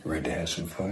Ready to have some fun?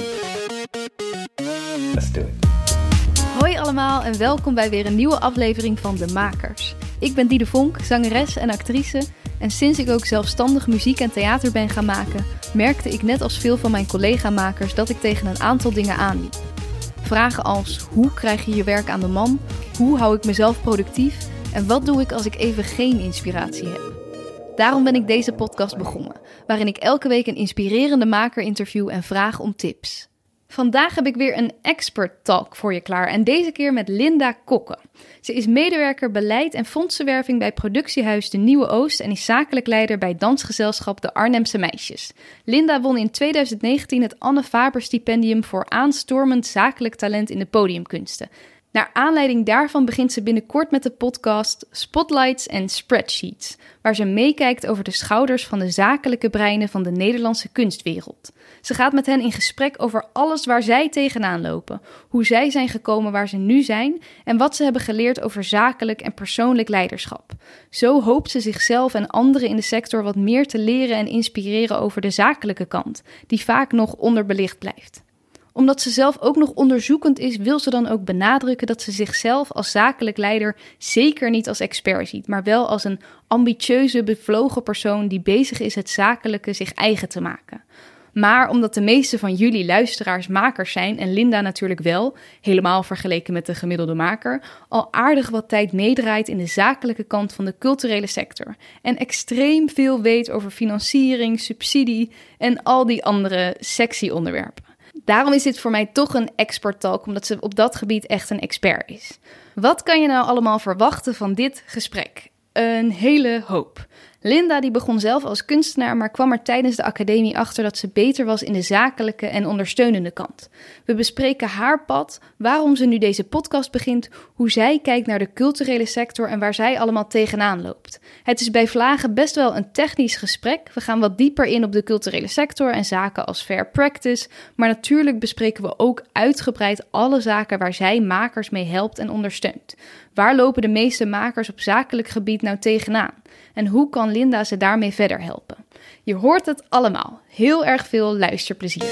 Let's do it. Hoi allemaal en welkom bij weer een nieuwe aflevering van De Makers. Ik ben Diede Vonk, zangeres en actrice. En sinds ik ook zelfstandig muziek en theater ben gaan maken, merkte ik net als veel van mijn collega-makers dat ik tegen een aantal dingen aanliep. Vragen als: hoe krijg je je werk aan de man? Hoe hou ik mezelf productief? En wat doe ik als ik even geen inspiratie heb? Daarom ben ik deze podcast begonnen, waarin ik elke week een inspirerende maker interview en vraag om tips. Vandaag heb ik weer een expert talk voor je klaar en deze keer met Linda Kokke. Ze is medewerker beleid en fondsenwerving bij productiehuis De Nieuwe Oost en is zakelijk leider bij dansgezelschap De Arnhemse Meisjes. Linda won in 2019 het Anne Faber stipendium voor aanstormend zakelijk talent in de podiumkunsten. Naar aanleiding daarvan begint ze binnenkort met de podcast Spotlights en Spreadsheets, waar ze meekijkt over de schouders van de zakelijke breinen van de Nederlandse kunstwereld. Ze gaat met hen in gesprek over alles waar zij tegenaan lopen, hoe zij zijn gekomen waar ze nu zijn en wat ze hebben geleerd over zakelijk en persoonlijk leiderschap. Zo hoopt ze zichzelf en anderen in de sector wat meer te leren en inspireren over de zakelijke kant, die vaak nog onderbelicht blijft. Omdat ze zelf ook nog onderzoekend is, wil ze dan ook benadrukken dat ze zichzelf als zakelijk leider zeker niet als expert ziet, maar wel als een ambitieuze, bevlogen persoon die bezig is het zakelijke zich eigen te maken. Maar omdat de meeste van jullie luisteraars makers zijn, en Linda natuurlijk wel, helemaal vergeleken met de gemiddelde maker, al aardig wat tijd meedraait in de zakelijke kant van de culturele sector en extreem veel weet over financiering, subsidie en al die andere sexy onderwerpen. Daarom is dit voor mij toch een expert talk, omdat ze op dat gebied echt een expert is. Wat kan je nou allemaal verwachten van dit gesprek? Een hele hoop. Linda die begon zelf als kunstenaar, maar kwam er tijdens de academie achter dat ze beter was in de zakelijke en ondersteunende kant. We bespreken haar pad, waarom ze nu deze podcast begint, hoe zij kijkt naar de culturele sector en waar zij allemaal tegenaan loopt. Het is bij vlagen best wel een technisch gesprek. We gaan wat dieper in op de culturele sector en zaken als fair practice, maar natuurlijk bespreken we ook uitgebreid alle zaken waar zij makers mee helpt en ondersteunt. Waar lopen de meeste makers op zakelijk gebied nou tegenaan? En hoe kan Linda ze daarmee verder helpen? Je hoort het allemaal. Heel erg veel luisterplezier.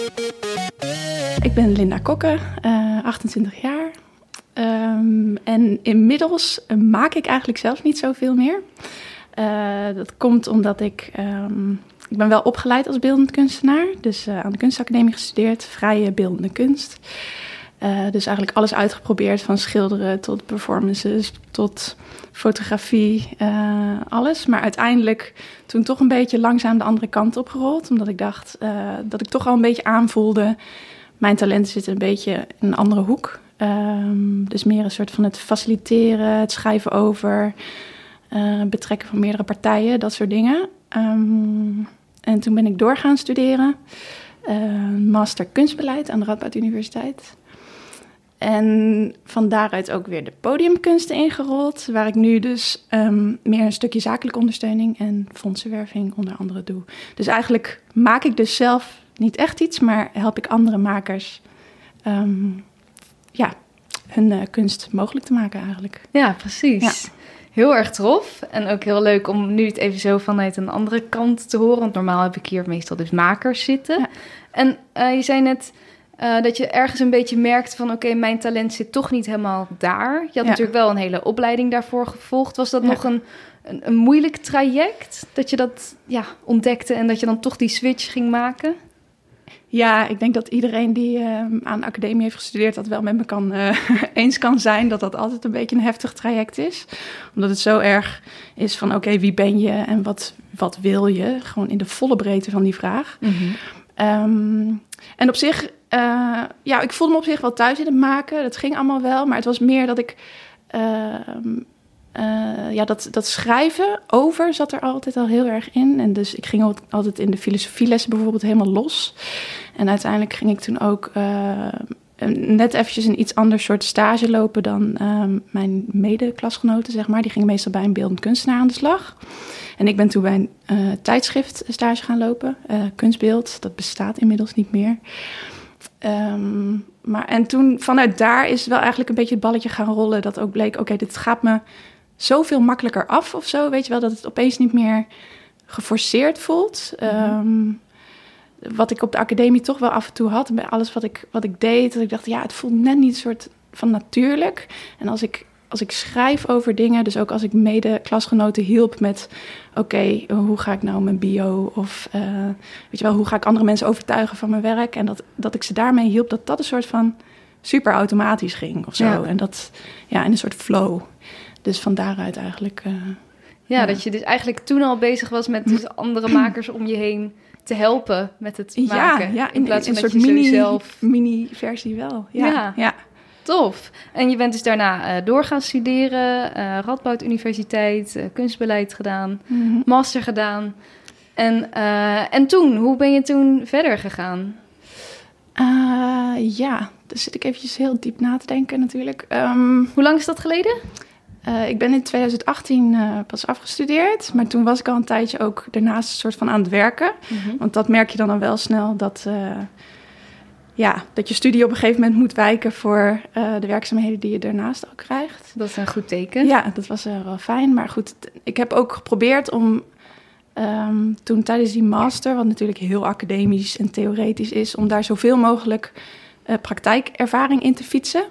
Ik ben Linda Kokke, 28 jaar. En inmiddels maak ik eigenlijk zelf niet zoveel meer. Dat komt omdat ik ben wel opgeleid als beeldend kunstenaar. Dus aan de kunstacademie gestudeerd, vrije beeldende kunst. Dus eigenlijk alles uitgeprobeerd, van schilderen tot performances, tot fotografie, alles. Maar uiteindelijk toen toch een beetje langzaam de andere kant opgerold. Omdat ik dacht dat ik toch al een beetje aanvoelde, mijn talenten zitten een beetje in een andere hoek. Dus meer een soort van het faciliteren, het schrijven over, betrekken van meerdere partijen, dat soort dingen. En toen ben ik door gaan studeren, master kunstbeleid aan de Radboud Universiteit. En van daaruit ook weer de podiumkunsten ingerold, waar ik nu dus meer een stukje zakelijke ondersteuning en fondsenwerving onder andere doe. Dus eigenlijk maak ik dus zelf niet echt iets, maar help ik andere makers hun kunst mogelijk te maken eigenlijk. Ja, precies. Ja. Heel erg tof en ook heel leuk om nu het even zo vanuit een andere kant te horen, want normaal heb ik hier meestal dus makers zitten. Ja. En je zei net dat je ergens een beetje merkt van oké, mijn talent zit toch niet helemaal daar. Je had natuurlijk wel een hele opleiding daarvoor gevolgd. Was dat nog een moeilijk traject? Dat je dat ontdekte en dat je dan toch die switch ging maken? Ja, ik denk dat iedereen die aan de academie heeft gestudeerd dat wel met me eens kan zijn dat dat altijd een beetje een heftig traject is. Omdat het zo erg is van oké, wie ben je en wat wil je? Gewoon in de volle breedte van die vraag. Mm-hmm. En op zich, ik voelde me op zich wel thuis in het maken. Dat ging allemaal wel, maar het was meer dat ik dat schrijven over zat er altijd al heel erg in. En dus ik ging altijd in de filosofielessen bijvoorbeeld helemaal los. En uiteindelijk ging ik toen ook net eventjes een iets ander soort stage lopen dan mijn medeklasgenoten, zeg maar. Die gingen meestal bij een beeldend kunstenaar aan de slag. En ik ben toen bij een tijdschrift stage gaan lopen. Kunstbeeld, dat bestaat inmiddels niet meer. En toen vanuit daar is wel eigenlijk een beetje het balletje gaan rollen. Dat ook bleek, oké, dit gaat me zoveel makkelijker af of zo. Weet je wel, dat het opeens niet meer geforceerd voelt. wat ik op de academie toch wel af en toe had, bij alles wat ik deed, dat ik dacht, ja, het voelt net niet een soort van natuurlijk. En als ik schrijf over dingen, dus ook als ik mede-klasgenoten hielp met, oké, hoe ga ik nou mijn bio? Of weet je wel, hoe ga ik andere mensen overtuigen van mijn werk? En dat ik ze daarmee hielp, dat een soort van super automatisch ging of zo. Ja. En dat, ja, in een soort flow. Dus van daaruit eigenlijk... dat je dus eigenlijk toen al bezig was met dus andere makers om je heen te helpen met het maken. Ja, in plaats van een dat soort je mini-versie wel. Ja. Tof. En je bent dus daarna door gaan studeren, Radboud Universiteit, kunstbeleid gedaan, master gedaan. En toen, hoe ben je toen verder gegaan? Daar zit ik eventjes heel diep na te denken natuurlijk. Hoe lang is dat geleden? Ik ben in 2018 pas afgestudeerd. Maar toen was ik al een tijdje ook daarnaast een soort van aan het werken. Mm-hmm. Want dat merk je dan al wel snel dat je studie op een gegeven moment moet wijken voor de werkzaamheden die je daarnaast al krijgt. Dat is een goed teken. Ja, dat was wel fijn. Maar goed, ik heb ook geprobeerd om toen tijdens die master, wat natuurlijk heel academisch en theoretisch is, om daar zoveel mogelijk praktijkervaring in te fietsen.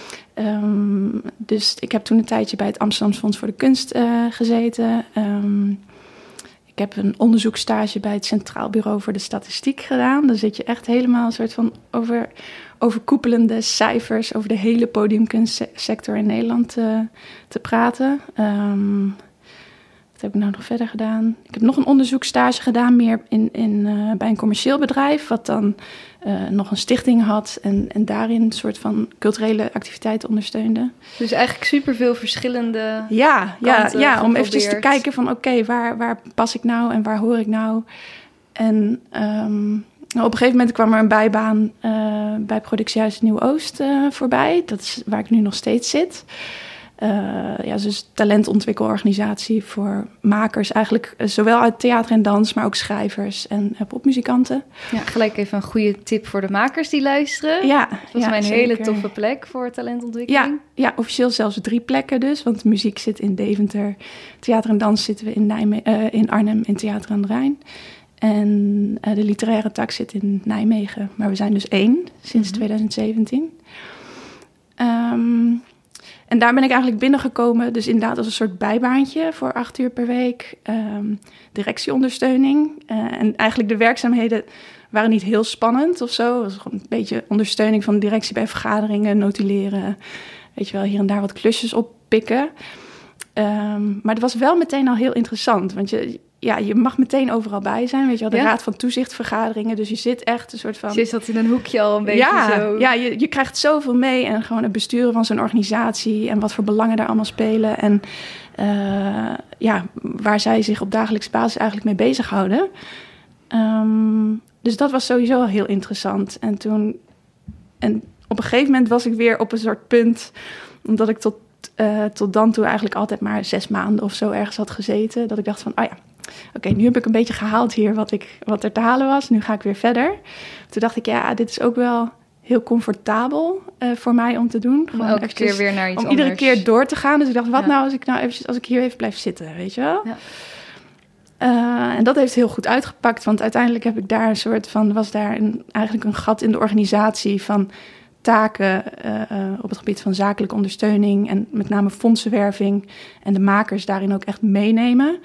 Dus ik heb toen een tijdje bij het Amsterdamse Fonds voor de Kunst gezeten. Ik heb een onderzoeksstage bij het Centraal Bureau voor de Statistiek gedaan. Dan zit je echt helemaal een soort van overkoepelende cijfers over de hele podiumkunstsector in Nederland te praten. Wat heb ik nou nog verder gedaan? Ik heb nog een onderzoeksstage gedaan, meer bij een commercieel bedrijf, wat dan nog een stichting had en daarin een soort van culturele activiteiten ondersteunde. Dus eigenlijk superveel verschillende kanten om eventjes te kijken van oké, waar pas ik nou en waar hoor ik nou? En op een gegeven moment kwam er een bijbaan bij Productiehuis Nieuw-Oost voorbij. Dat is waar ik nu nog steeds zit. Dus talentontwikkelorganisatie voor makers, eigenlijk zowel uit theater en dans, maar ook schrijvers en popmuzikanten. Ja, gelijk even een goede tip voor de makers die luisteren. Ja, volgens mij een hele toffe plek voor talentontwikkeling. Ja, officieel zelfs 3 plekken dus, want muziek zit in Deventer, theater en dans zitten we in Arnhem in Theater aan de Rijn. En de literaire tak zit in Nijmegen, maar we zijn dus 1 sinds 2017. En daar ben ik eigenlijk binnengekomen, dus inderdaad als een soort bijbaantje voor 8 uur per week. Directieondersteuning. En eigenlijk de werkzaamheden waren niet heel spannend of zo. Het was gewoon een beetje ondersteuning van de directie bij vergaderingen, notuleren. Weet je wel, hier en daar wat klusjes oppikken. Maar het was wel meteen al heel interessant, want je mag meteen overal bij zijn. Weet je wel, de Raad van Toezichtvergaderingen. Dus je zit echt een soort van... Je zat in een hoekje al een beetje zo. Ja, je krijgt zoveel mee. En gewoon het besturen van zo'n organisatie. En wat voor belangen daar allemaal spelen. En waar zij zich op dagelijkse basis eigenlijk mee bezighouden. Dus dat was sowieso al heel interessant. En op een gegeven moment was ik weer op een soort punt. Omdat ik tot dan toe eigenlijk altijd maar 6 maanden of zo ergens had gezeten. Dat ik dacht van, oké, nu heb ik een beetje gehaald hier wat er te halen was. Nu ga ik weer verder. Toen dacht ik, dit is ook wel heel comfortabel voor mij om te doen. Gewoon elke keer weer naar iets om anders. Iedere keer door te gaan. Dus ik dacht, wat nou als ik hier even blijf zitten, weet je wel? Ja. En dat heeft heel goed uitgepakt. Want uiteindelijk heb ik daar een soort van... was daar eigenlijk een gat in de organisatie van taken op het gebied van zakelijke ondersteuning en met name fondsenwerving en de makers daarin ook echt meenemen.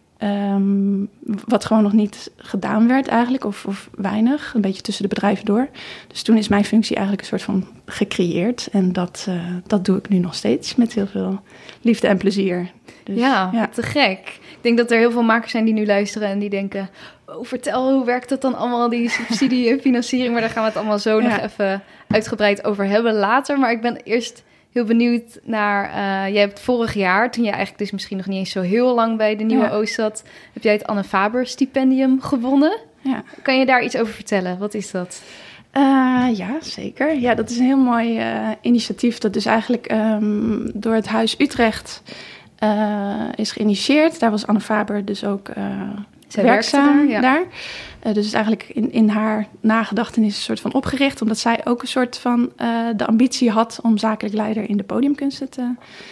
Wat gewoon nog niet gedaan werd eigenlijk, of weinig, een beetje tussen de bedrijven door. Dus toen is mijn functie eigenlijk een soort van gecreëerd en dat doe ik nu nog steeds met heel veel liefde en plezier. Dus, te gek. Ik denk dat er heel veel makers zijn die nu luisteren en die denken, vertel, hoe werkt dat dan allemaal, die subsidie en financiering? Maar daar gaan we het allemaal zo nog even uitgebreid over hebben later. Maar ik ben eerst heel benieuwd naar... jij hebt vorig jaar, toen je eigenlijk dus misschien nog niet eens zo heel lang bij de Nieuwe Oost zat, heb jij het Anne Faber stipendium gewonnen. Ja. Kan je daar iets over vertellen? Wat is dat? Ja, zeker. Ja, dat is een heel mooi initiatief. Dat is eigenlijk door het Huis Utrecht is geïnitieerd. Daar was Anne Faber dus ook werkzaam daar. Dus het is eigenlijk in haar nagedachtenis een soort van opgericht, omdat zij ook een soort van de ambitie had om zakelijk leider in de podiumkunsten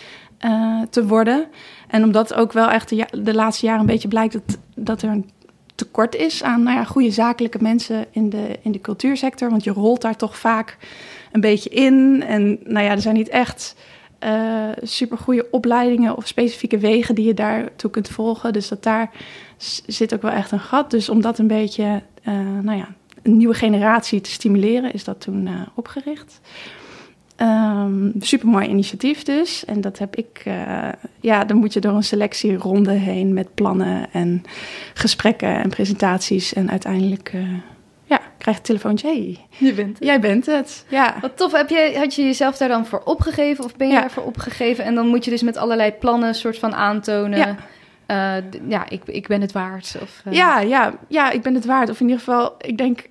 te worden. En omdat ook wel echt de laatste jaren een beetje blijkt dat er een tekort is aan goede zakelijke mensen in de cultuursector. Want je rolt daar toch vaak een beetje in. En er zijn niet echt super goede opleidingen of specifieke wegen die je daartoe kunt volgen. Dus daar zit ook wel echt een gat. Dus om dat een beetje, een nieuwe generatie te stimuleren, is dat toen opgericht. Supermooi initiatief dus. En dat heb ik... dan moet je door een selectieronde heen met plannen en gesprekken en presentaties. En uiteindelijk krijg je het telefoontje. Hey, jij bent het. Ja. Wat tof. Had je jezelf daar dan voor opgegeven of ben je daarvoor opgegeven? En dan moet je dus met allerlei plannen soort van aantonen... ik ben het waard. Of, Ja, ik ben het waard. Of in ieder geval, ik denk...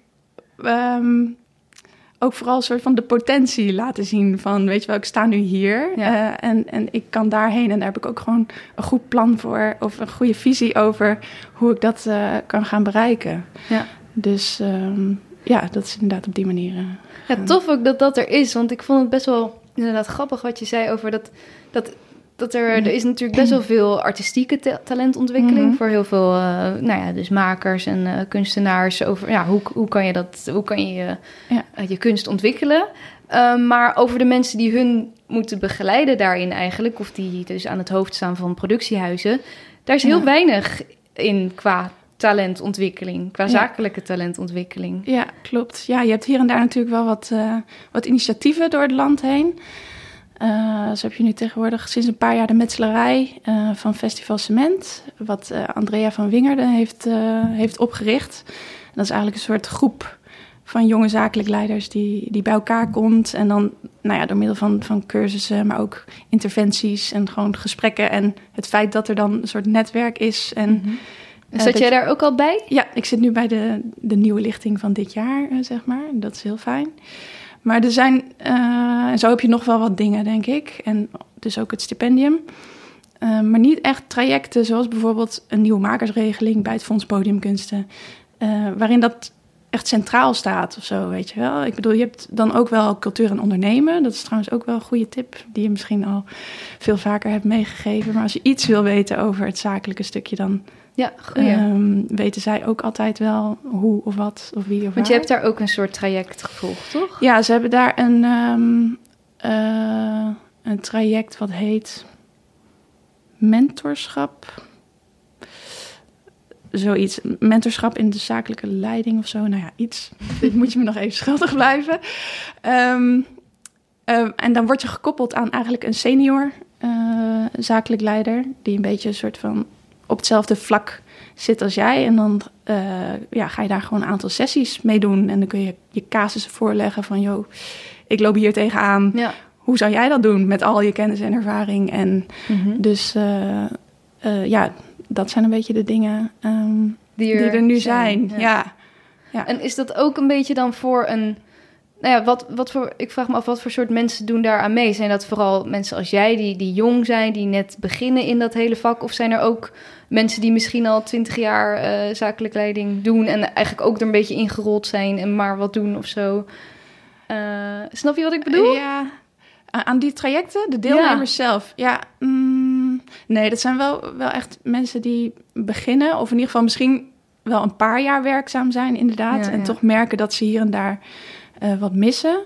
ook vooral een soort van de potentie laten zien van, weet je wel, ik sta nu hier en ik kan daarheen. En daar heb ik ook gewoon een goed plan voor of een goede visie over hoe ik dat kan gaan bereiken. Ja. Dus dat is inderdaad op die manier. Tof ook dat er is, want ik vond het best wel inderdaad grappig wat je zei over dat er is natuurlijk best wel veel artistieke talentontwikkeling voor heel veel, dus makers en kunstenaars. Over hoe kan je je kunst ontwikkelen. Maar over de mensen die hun moeten begeleiden daarin eigenlijk, of die dus aan het hoofd staan van productiehuizen, daar is heel weinig in qua talentontwikkeling, qua zakelijke talentontwikkeling. Ja, klopt. Ja, je hebt hier en daar natuurlijk wel wat initiatieven door het land heen. Zo heb je nu tegenwoordig sinds een paar jaar de metselarij van Festival Cement, wat Andrea van Wingerden heeft opgericht. En dat is eigenlijk een soort groep van jonge zakelijk leiders die bij elkaar komt. En dan door middel van cursussen, maar ook interventies en gewoon gesprekken. En het feit dat er dan een soort netwerk is. En zat jij daar ook al bij? Ja, ik zit nu bij de nieuwe lichting van dit jaar, zeg maar. Dat is heel fijn. Maar er zijn, zo heb je nog wel wat dingen, denk ik. En dus ook het stipendium. Maar niet echt trajecten zoals bijvoorbeeld een nieuwe makersregeling bij het Fonds Podiumkunsten. Waarin dat echt centraal staat of zo, weet je wel. Ik bedoel, je hebt dan ook wel cultuur en ondernemen. Dat is trouwens ook wel een goede tip die je misschien al veel vaker hebt meegegeven. Maar als je iets wil weten over het zakelijke stukje, dan weten zij ook altijd wel hoe of wat of wie of waar. Want je hebt daar ook een soort traject gevolgd, toch? Ja, ze hebben daar een traject wat heet mentorschap. Zoiets, mentorschap in de zakelijke leiding of zo. Iets. Dit moet je me nog even schuldig blijven. En dan word je gekoppeld aan eigenlijk een senior zakelijk leider, die een beetje een soort van op hetzelfde vlak zit als jij. En dan ga je daar gewoon een aantal sessies mee doen. En dan kun je je casussen voorleggen van, ik loop hier tegenaan. Ja. Hoe zou jij dat doen met al je kennis en ervaring? En dus dat zijn een beetje de dingen die er nu zijn. Ja. En is dat ook een beetje dan voor een... ik vraag me af, wat voor soort mensen doen daar aan mee? Zijn dat vooral mensen als jij, die jong zijn, die net beginnen in dat hele vak? Of zijn er ook mensen die misschien al 20 jaar zakelijk leiding doen en eigenlijk ook er een beetje ingerold zijn en maar wat doen of zo? Snap je wat ik bedoel? Ja, aan die trajecten, de deelnemers zelf. Ja, nee, dat zijn wel echt mensen die beginnen, of in ieder geval misschien wel een paar jaar werkzaam zijn, inderdaad. En toch merken dat ze hier en daar wat missen.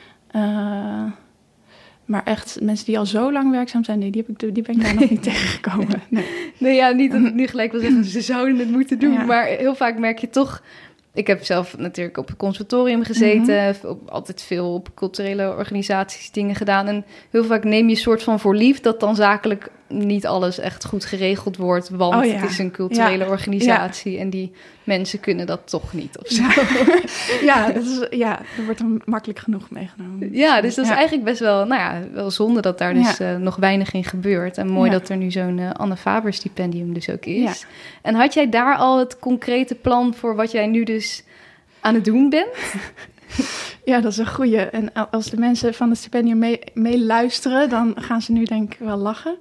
Maar echt mensen die al zo lang werkzaam zijn, die ben ik daar nog niet tegengekomen. Nee, niet dat ik nu gelijk wil zeggen, ze zouden het moeten doen. Ja. Maar heel vaak merk je toch... Ik heb zelf natuurlijk op het conservatorium gezeten. Altijd veel op culturele organisaties dingen gedaan. En heel vaak neem je soort van voor lief dat dan zakelijk niet alles echt goed geregeld wordt. Want het is een culturele organisatie en die mensen kunnen dat toch niet of zo. Er wordt er makkelijk genoeg meegenomen. Ja, dus dat is eigenlijk best wel, wel zonde dat daar dus nog weinig in gebeurt. En mooi dat er nu zo'n Anne Faber stipendium dus ook is. Ja. En had jij daar al het concrete plan voor wat jij nu dus aan het doen bent? Ja, dat is een goeie. En als de mensen van het stipendium meeluisteren, dan gaan ze nu denk ik wel lachen.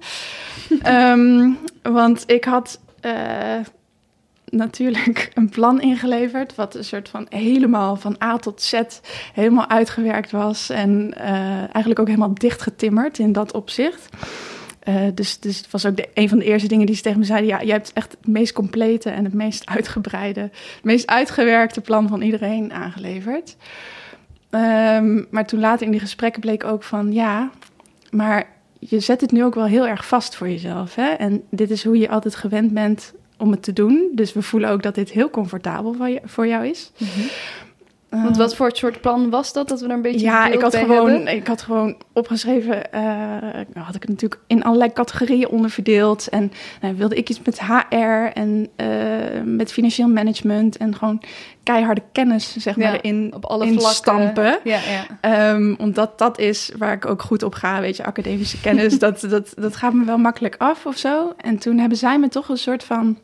Want ik had natuurlijk een plan ingeleverd, wat een soort van helemaal van A tot Z helemaal uitgewerkt was. En eigenlijk ook helemaal dichtgetimmerd in dat opzicht. Dus het was ook een van de eerste dingen die ze tegen me zeiden. Ja, jij hebt echt het meest complete en het meest uitgebreide, het meest uitgewerkte plan van iedereen aangeleverd. Maar toen later in die gesprekken bleek ook van, ja, maar je zet het nu ook wel heel erg vast voor jezelf. Hè? En dit is hoe je altijd gewend bent om het te doen. Dus we voelen ook dat dit heel comfortabel voor jou is. Mm-hmm. Want wat voor soort plan was dat we er een beetje ik had gewoon opgeschreven, had ik het natuurlijk in allerlei categorieën onderverdeeld. En wilde ik iets met HR en met financieel management en gewoon keiharde kennis, zeg maar, erin op alle vlakken stampen. Omdat dat is waar ik ook goed op ga, weet je, academische kennis. dat gaat me wel makkelijk af of zo. En toen hebben zij me toch een soort van,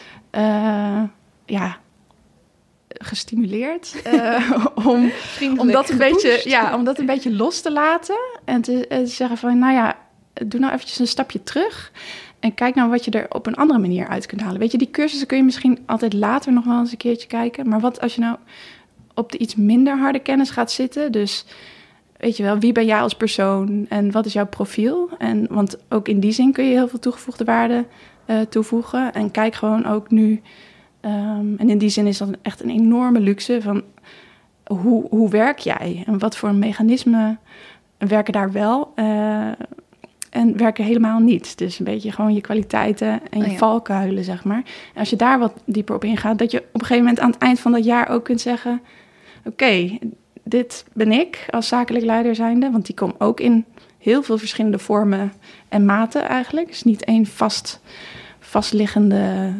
gestimuleerd om dat een beetje los te laten en te zeggen van, nou ja, doe nou eventjes een stapje terug en kijk nou wat je er op een andere manier uit kunt halen. Weet je, die cursussen kun je misschien altijd later nog wel eens een keertje kijken, maar wat als je nou op de iets minder harde kennis gaat zitten, dus weet je wel, wie ben jij als persoon en wat is jouw profiel? En want ook in die zin kun je heel veel toegevoegde waarde toevoegen en kijk gewoon ook nu. En in die zin is dat echt een enorme luxe van hoe werk jij? En wat voor mechanismen werken daar wel en werken helemaal niet. Dus een beetje gewoon je kwaliteiten en je valkuilen, zeg maar. En als je daar wat dieper op ingaat, dat je op een gegeven moment aan het eind van dat jaar ook kunt zeggen, oké, dit ben ik als zakelijk leider zijnde. Want die kom ook in heel veel verschillende vormen en maten eigenlijk. Dus niet één vastliggende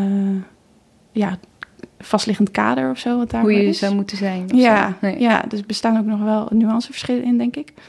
vastliggend kader of zo. Wat daar hoe je is. zou moeten zijn. Dus er bestaan ook nog wel nuanceverschillen in, denk ik.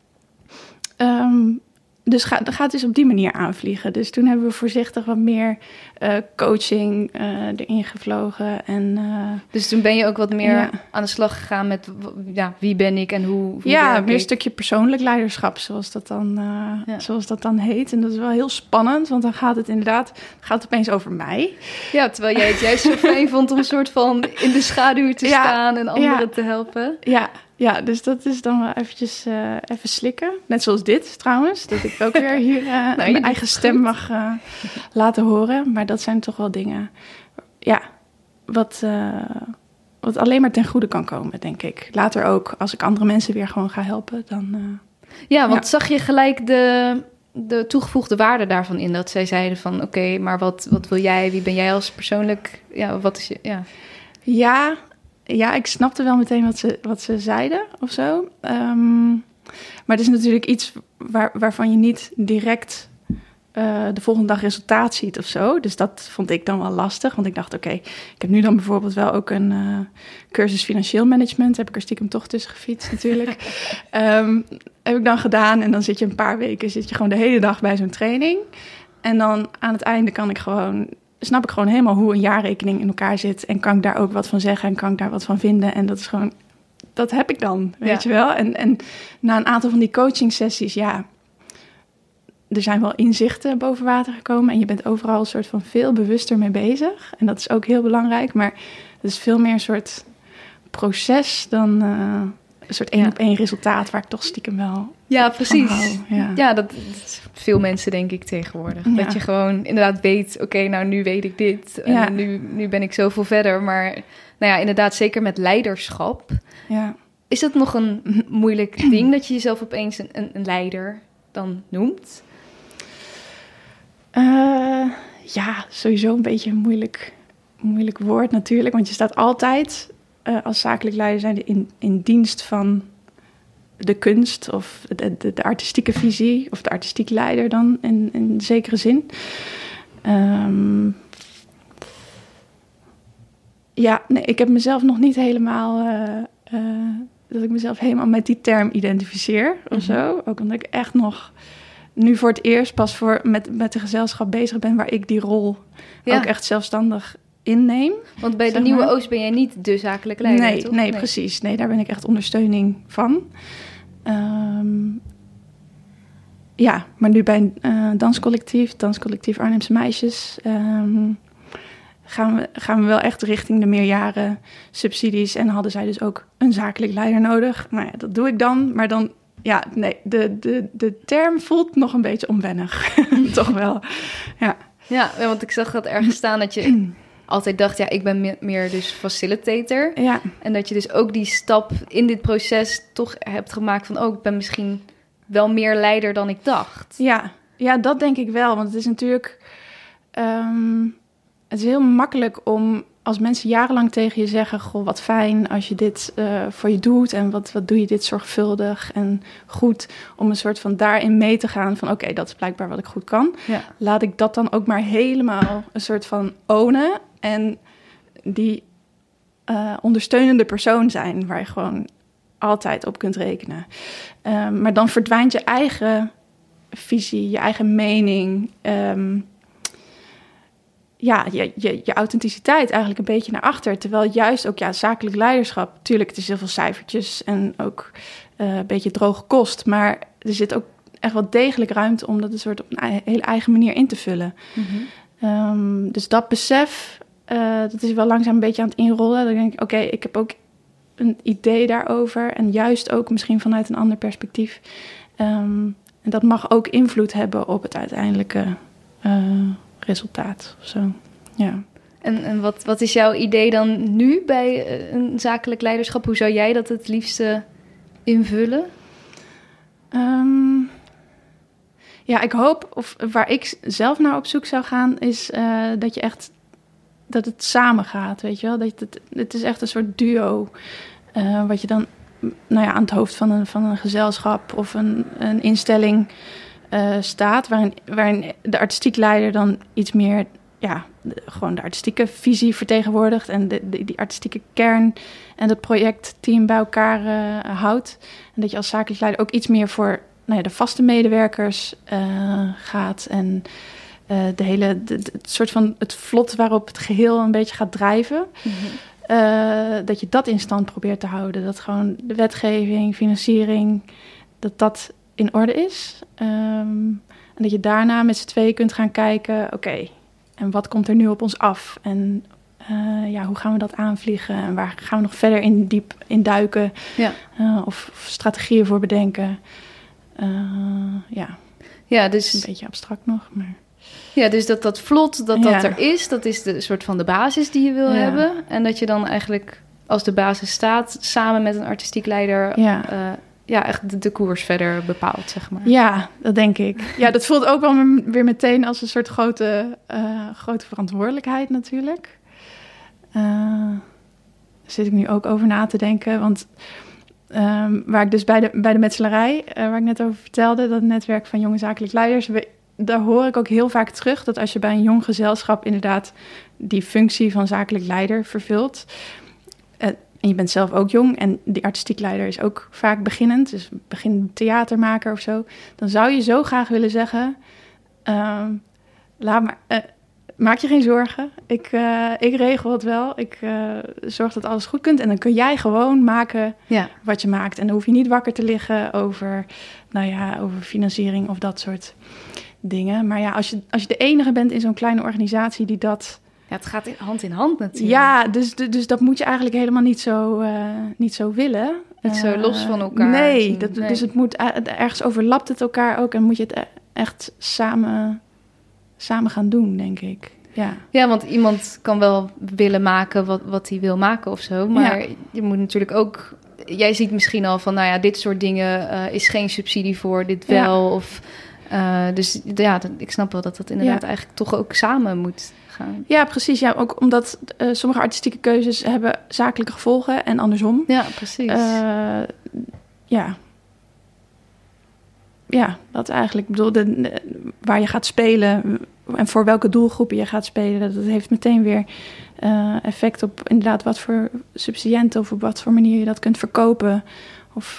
Dus gaat dus op die manier aanvliegen. Dus toen hebben we voorzichtig wat meer coaching erin gevlogen. Dus toen ben je ook wat meer aan de slag gegaan met wie ben ik en hoe meer een stukje persoonlijk leiderschap, zoals dat dan heet. En dat is wel heel spannend, want dan gaat het opeens over mij. Ja, terwijl jij het juist zo fijn vond om een soort van in de schaduw te staan en anderen te helpen. Ja, dus dat is dan wel eventjes even slikken. Net zoals dit trouwens, dat ik ook weer hier mijn eigen stem mag laten horen. Maar dat zijn toch wel dingen, wat alleen maar ten goede kan komen, denk ik. Later ook, als ik andere mensen weer gewoon ga helpen, dan... zag je gelijk de toegevoegde waarde daarvan in? Dat zij zeiden van, oké, maar wat wil jij? Wie ben jij als persoonlijk? Ja, wat is je... Ja, ik snapte wel meteen wat ze zeiden of zo. Maar het is natuurlijk iets waarvan je niet direct de volgende dag resultaat ziet of zo. Dus dat vond ik dan wel lastig. Want ik dacht, oké, ik heb nu dan bijvoorbeeld wel ook een cursus financieel management. Heb ik er stiekem toch tussen gefietst natuurlijk. Heb ik dan gedaan. En dan zit je een paar weken gewoon de hele dag bij zo'n training. En dan aan het einde snap ik gewoon helemaal hoe een jaarrekening in elkaar zit. En kan ik daar ook wat van zeggen en kan ik daar wat van vinden. En dat is gewoon, dat heb ik dan, weet je wel. En na een aantal van die coaching sessies, er zijn wel inzichten boven water gekomen. En je bent overal een soort van veel bewuster mee bezig. En dat is ook heel belangrijk. Maar het is veel meer een soort proces dan een soort 1-op-1 resultaat waar ik toch stiekem wel... Ja, precies. Dat veel mensen denk ik tegenwoordig. Ja. Dat je gewoon inderdaad weet, oké, nou nu weet ik dit. En nu ben ik zoveel verder. Maar inderdaad, zeker met leiderschap. Ja. Is dat nog een moeilijk ding dat je jezelf opeens een leider dan noemt? Sowieso een beetje een moeilijk woord natuurlijk. Want je staat altijd als zakelijk leider zijnde in dienst van de kunst of de artistieke visie of de artistiek leider dan in zekere zin. Ik heb mezelf nog niet helemaal dat ik mezelf helemaal met die term identificeer of zo. Ook omdat ik echt nog nu voor het eerst pas met de gezelschap bezig ben waar ik die rol ook echt zelfstandig inneem. Want bij de Nieuwe Oost ben jij niet de zakelijk leider, toch? Nee, precies. Nee, daar ben ik echt ondersteuning van. Maar nu bij Danscollectief Arnhemse Meisjes, gaan we wel echt richting de meerjaren subsidies. En hadden zij dus ook een zakelijk leider nodig. Nou ja, dat doe ik dan. Maar dan Ja, nee, de term voelt nog een beetje onwennig. Toch wel, ja. Ja, want ik zag dat ergens staan dat je altijd dacht... ja, ik ben meer dus facilitator. Ja. En dat je dus ook die stap in dit proces toch hebt gemaakt van... oh, ik ben misschien wel meer leider dan ik dacht. Ja, dat denk ik wel. Want het is natuurlijk... het is heel makkelijk om... als mensen jarenlang tegen je zeggen... goh, wat fijn als je dit voor je doet... en wat doe je dit zorgvuldig en goed... om een soort van daarin mee te gaan... van oké, dat is blijkbaar wat ik goed kan. Ja. Laat ik dat dan ook maar helemaal een soort van ownen... en die ondersteunende persoon zijn... waar je gewoon altijd op kunt rekenen. Maar dan verdwijnt je eigen visie, je eigen mening... je authenticiteit eigenlijk een beetje naar achter. Terwijl juist ook zakelijk leiderschap... Tuurlijk, het is heel veel cijfertjes en ook een beetje droge kost. Maar er zit ook echt wel degelijk ruimte... om dat een soort op een hele eigen manier in te vullen. Mm-hmm. Dus dat besef, dat is wel langzaam een beetje aan het inrollen. Dan denk ik, oké, ik heb ook een idee daarover. En juist ook misschien vanuit een ander perspectief. En dat mag ook invloed hebben op het uiteindelijke... resultaat of zo, ja. En wat is jouw idee dan nu bij een zakelijk leiderschap? Hoe zou jij dat het liefste invullen? Ik hoop, of waar ik zelf naar op zoek zou gaan... is dat je echt... dat het samen gaat, weet je wel? Dat het is echt een soort duo... wat je dan aan het hoofd van een gezelschap... of een instelling... staat, waarin de artistiek leider dan iets meer, gewoon de artistieke visie vertegenwoordigt en die artistieke kern en het projectteam bij elkaar houdt. En dat je als zakelijk leider ook iets meer voor de vaste medewerkers gaat en het soort van het vlot waarop het geheel een beetje gaat drijven. Mm-hmm. Dat je dat in stand probeert te houden. Dat gewoon de wetgeving, financiering, dat in orde is. En dat je daarna met z'n tweeën kunt gaan kijken... oké, en wat komt er nu op ons af? En hoe gaan we dat aanvliegen? En waar gaan we nog verder diep in duiken? Ja. Of strategieën voor bedenken? Ja, dus... een beetje abstract nog, maar... Ja, dus dat vlot dat er is... dat is de soort van de basis die je wil hebben. En dat je dan eigenlijk, als de basis staat... samen met een artistiek leider... echt de koers verder bepaalt, zeg maar. Ja, dat denk ik. Ja, dat voelt ook wel weer meteen als een soort grote verantwoordelijkheid natuurlijk. Daar zit ik nu ook over na te denken. Want waar ik dus bij de metselarij, waar ik net over vertelde... dat netwerk van jonge zakelijk leiders... daar hoor ik ook heel vaak terug... dat als je bij een jong gezelschap inderdaad... die functie van zakelijk leider vervult... en je bent zelf ook jong en die artistiek leider is ook vaak beginnend. Dus beginnend theatermaker of zo. Dan zou je zo graag willen zeggen... maak je geen zorgen. Ik regel het wel. Ik zorg dat alles goed kunt. En dan kun jij gewoon maken wat je maakt. En dan hoef je niet wakker te liggen over financiering of dat soort dingen. Maar ja, als je de enige bent in zo'n kleine organisatie die dat... Ja, het gaat hand in hand natuurlijk. Ja, dus dat moet je eigenlijk helemaal niet zo willen. Niet zo los van elkaar. Nee, dus het moet ergens overlapt het elkaar ook... en moet je het echt samen gaan doen, denk ik. Ja, want iemand kan wel willen maken wat hij wil maken of zo... maar je moet natuurlijk ook... Jij ziet misschien al van, dit soort dingen is geen subsidie voor, dit wel... Ja. Of, dus ik snap wel dat inderdaad eigenlijk toch ook samen moet gaan. Ja, precies. Ja, ook omdat sommige artistieke keuzes hebben zakelijke gevolgen en andersom. Ja, precies. Dat eigenlijk. Ik bedoel, waar je gaat spelen en voor welke doelgroepen je gaat spelen... dat heeft meteen weer effect op inderdaad wat voor subsidiënten... of op wat voor manier je dat kunt verkopen. Of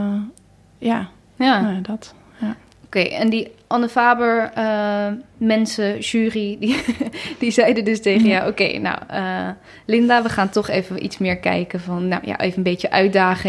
dat. Ja. Oké, en die Anne Faber mensen, jury, die zeiden dus tegen jou... Oké, Linda, we gaan toch even iets meer kijken van... even een beetje uitdagen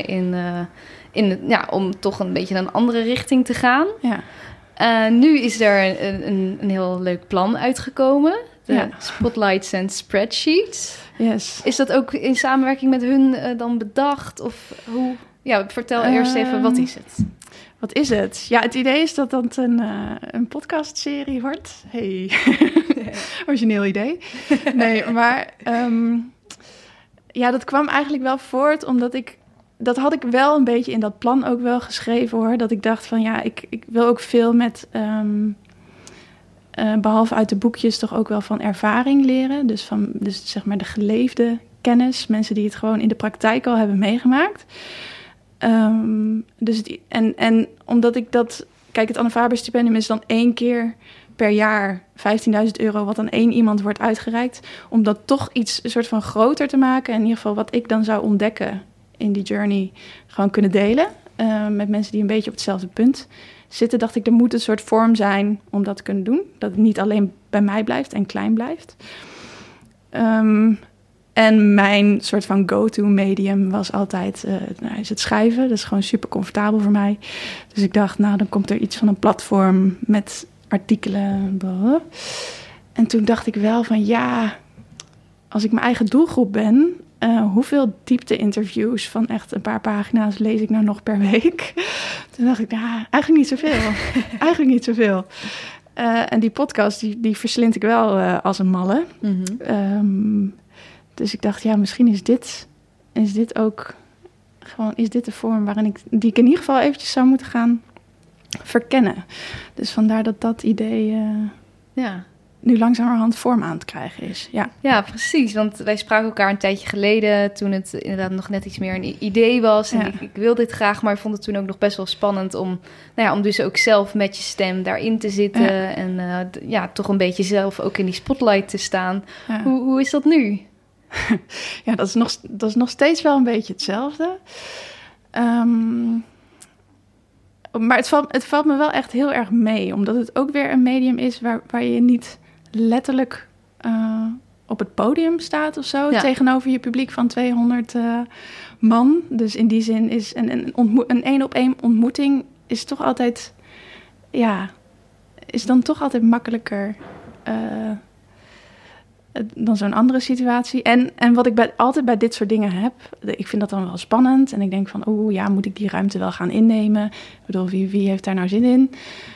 om toch een beetje een andere richting te gaan. Ja. Nu is er een heel leuk plan uitgekomen. De Spotlights and Spreadsheets. Yes. Is dat ook in samenwerking met hun dan bedacht? Of hoe? Ja, vertel eerst even, wat is het? Wat is het? Ja, het idee is dat dat een podcastserie wordt. Hey, origineel idee. Nee, maar dat kwam eigenlijk wel voort omdat dat had ik wel een beetje in dat plan ook wel geschreven hoor. Dat ik dacht van ik wil ook veel met, behalve uit de boekjes toch ook wel van ervaring leren. Dus zeg maar de geleefde kennis. Mensen die het gewoon in de praktijk al hebben meegemaakt. En omdat ik dat... Kijk, het Anne Faber stipendium is dan 1 keer per jaar €15.000... wat aan 1 iemand wordt uitgereikt. Om dat toch iets een soort van groter te maken. En in ieder geval wat ik dan zou ontdekken in die journey gewoon kunnen delen. Met mensen die een beetje op hetzelfde punt zitten. Dacht ik, er moet een soort vorm zijn om dat te kunnen doen. Dat het niet alleen bij mij blijft en klein blijft. En mijn soort van go-to medium was altijd is het schrijven. Dat is gewoon super comfortabel voor mij. Dus ik dacht, dan komt er iets van een platform met artikelen. Blah. En toen dacht ik wel van als ik mijn eigen doelgroep ben, hoeveel diepte-interviews van echt een paar pagina's lees ik nou nog per week? Toen dacht ik, eigenlijk niet zoveel. Eigenlijk niet zoveel. En die podcast, die verslind ik wel als een malle. Mm-hmm. Dus ik dacht, misschien is dit ook gewoon, is dit de vorm die ik in ieder geval eventjes zou moeten gaan verkennen. Dus vandaar dat idee nu langzamerhand vorm aan het krijgen is. Ja, precies. Want wij spraken elkaar een tijdje geleden toen het inderdaad nog net iets meer een idee was. En ik wilde dit graag, maar ik vond het toen ook nog best wel spannend om dus ook zelf met je stem daarin te zitten. Ja. En toch een beetje zelf ook in die spotlight te staan. Ja. Hoe is dat nu? Ja, dat is nog steeds wel een beetje hetzelfde. Maar het valt me wel echt heel erg mee. Omdat het ook weer een medium is waar je niet letterlijk op het podium staat of zo. Ja. Tegenover je publiek van 200 man. Dus in die zin is een 1-op-1 ontmoeting is toch altijd... is dan toch altijd makkelijker... dan zo'n andere situatie. En wat ik altijd bij dit soort dingen heb... ik vind dat dan wel spannend. En ik denk van, moet ik die ruimte wel gaan innemen? Ik bedoel, wie heeft daar nou zin in?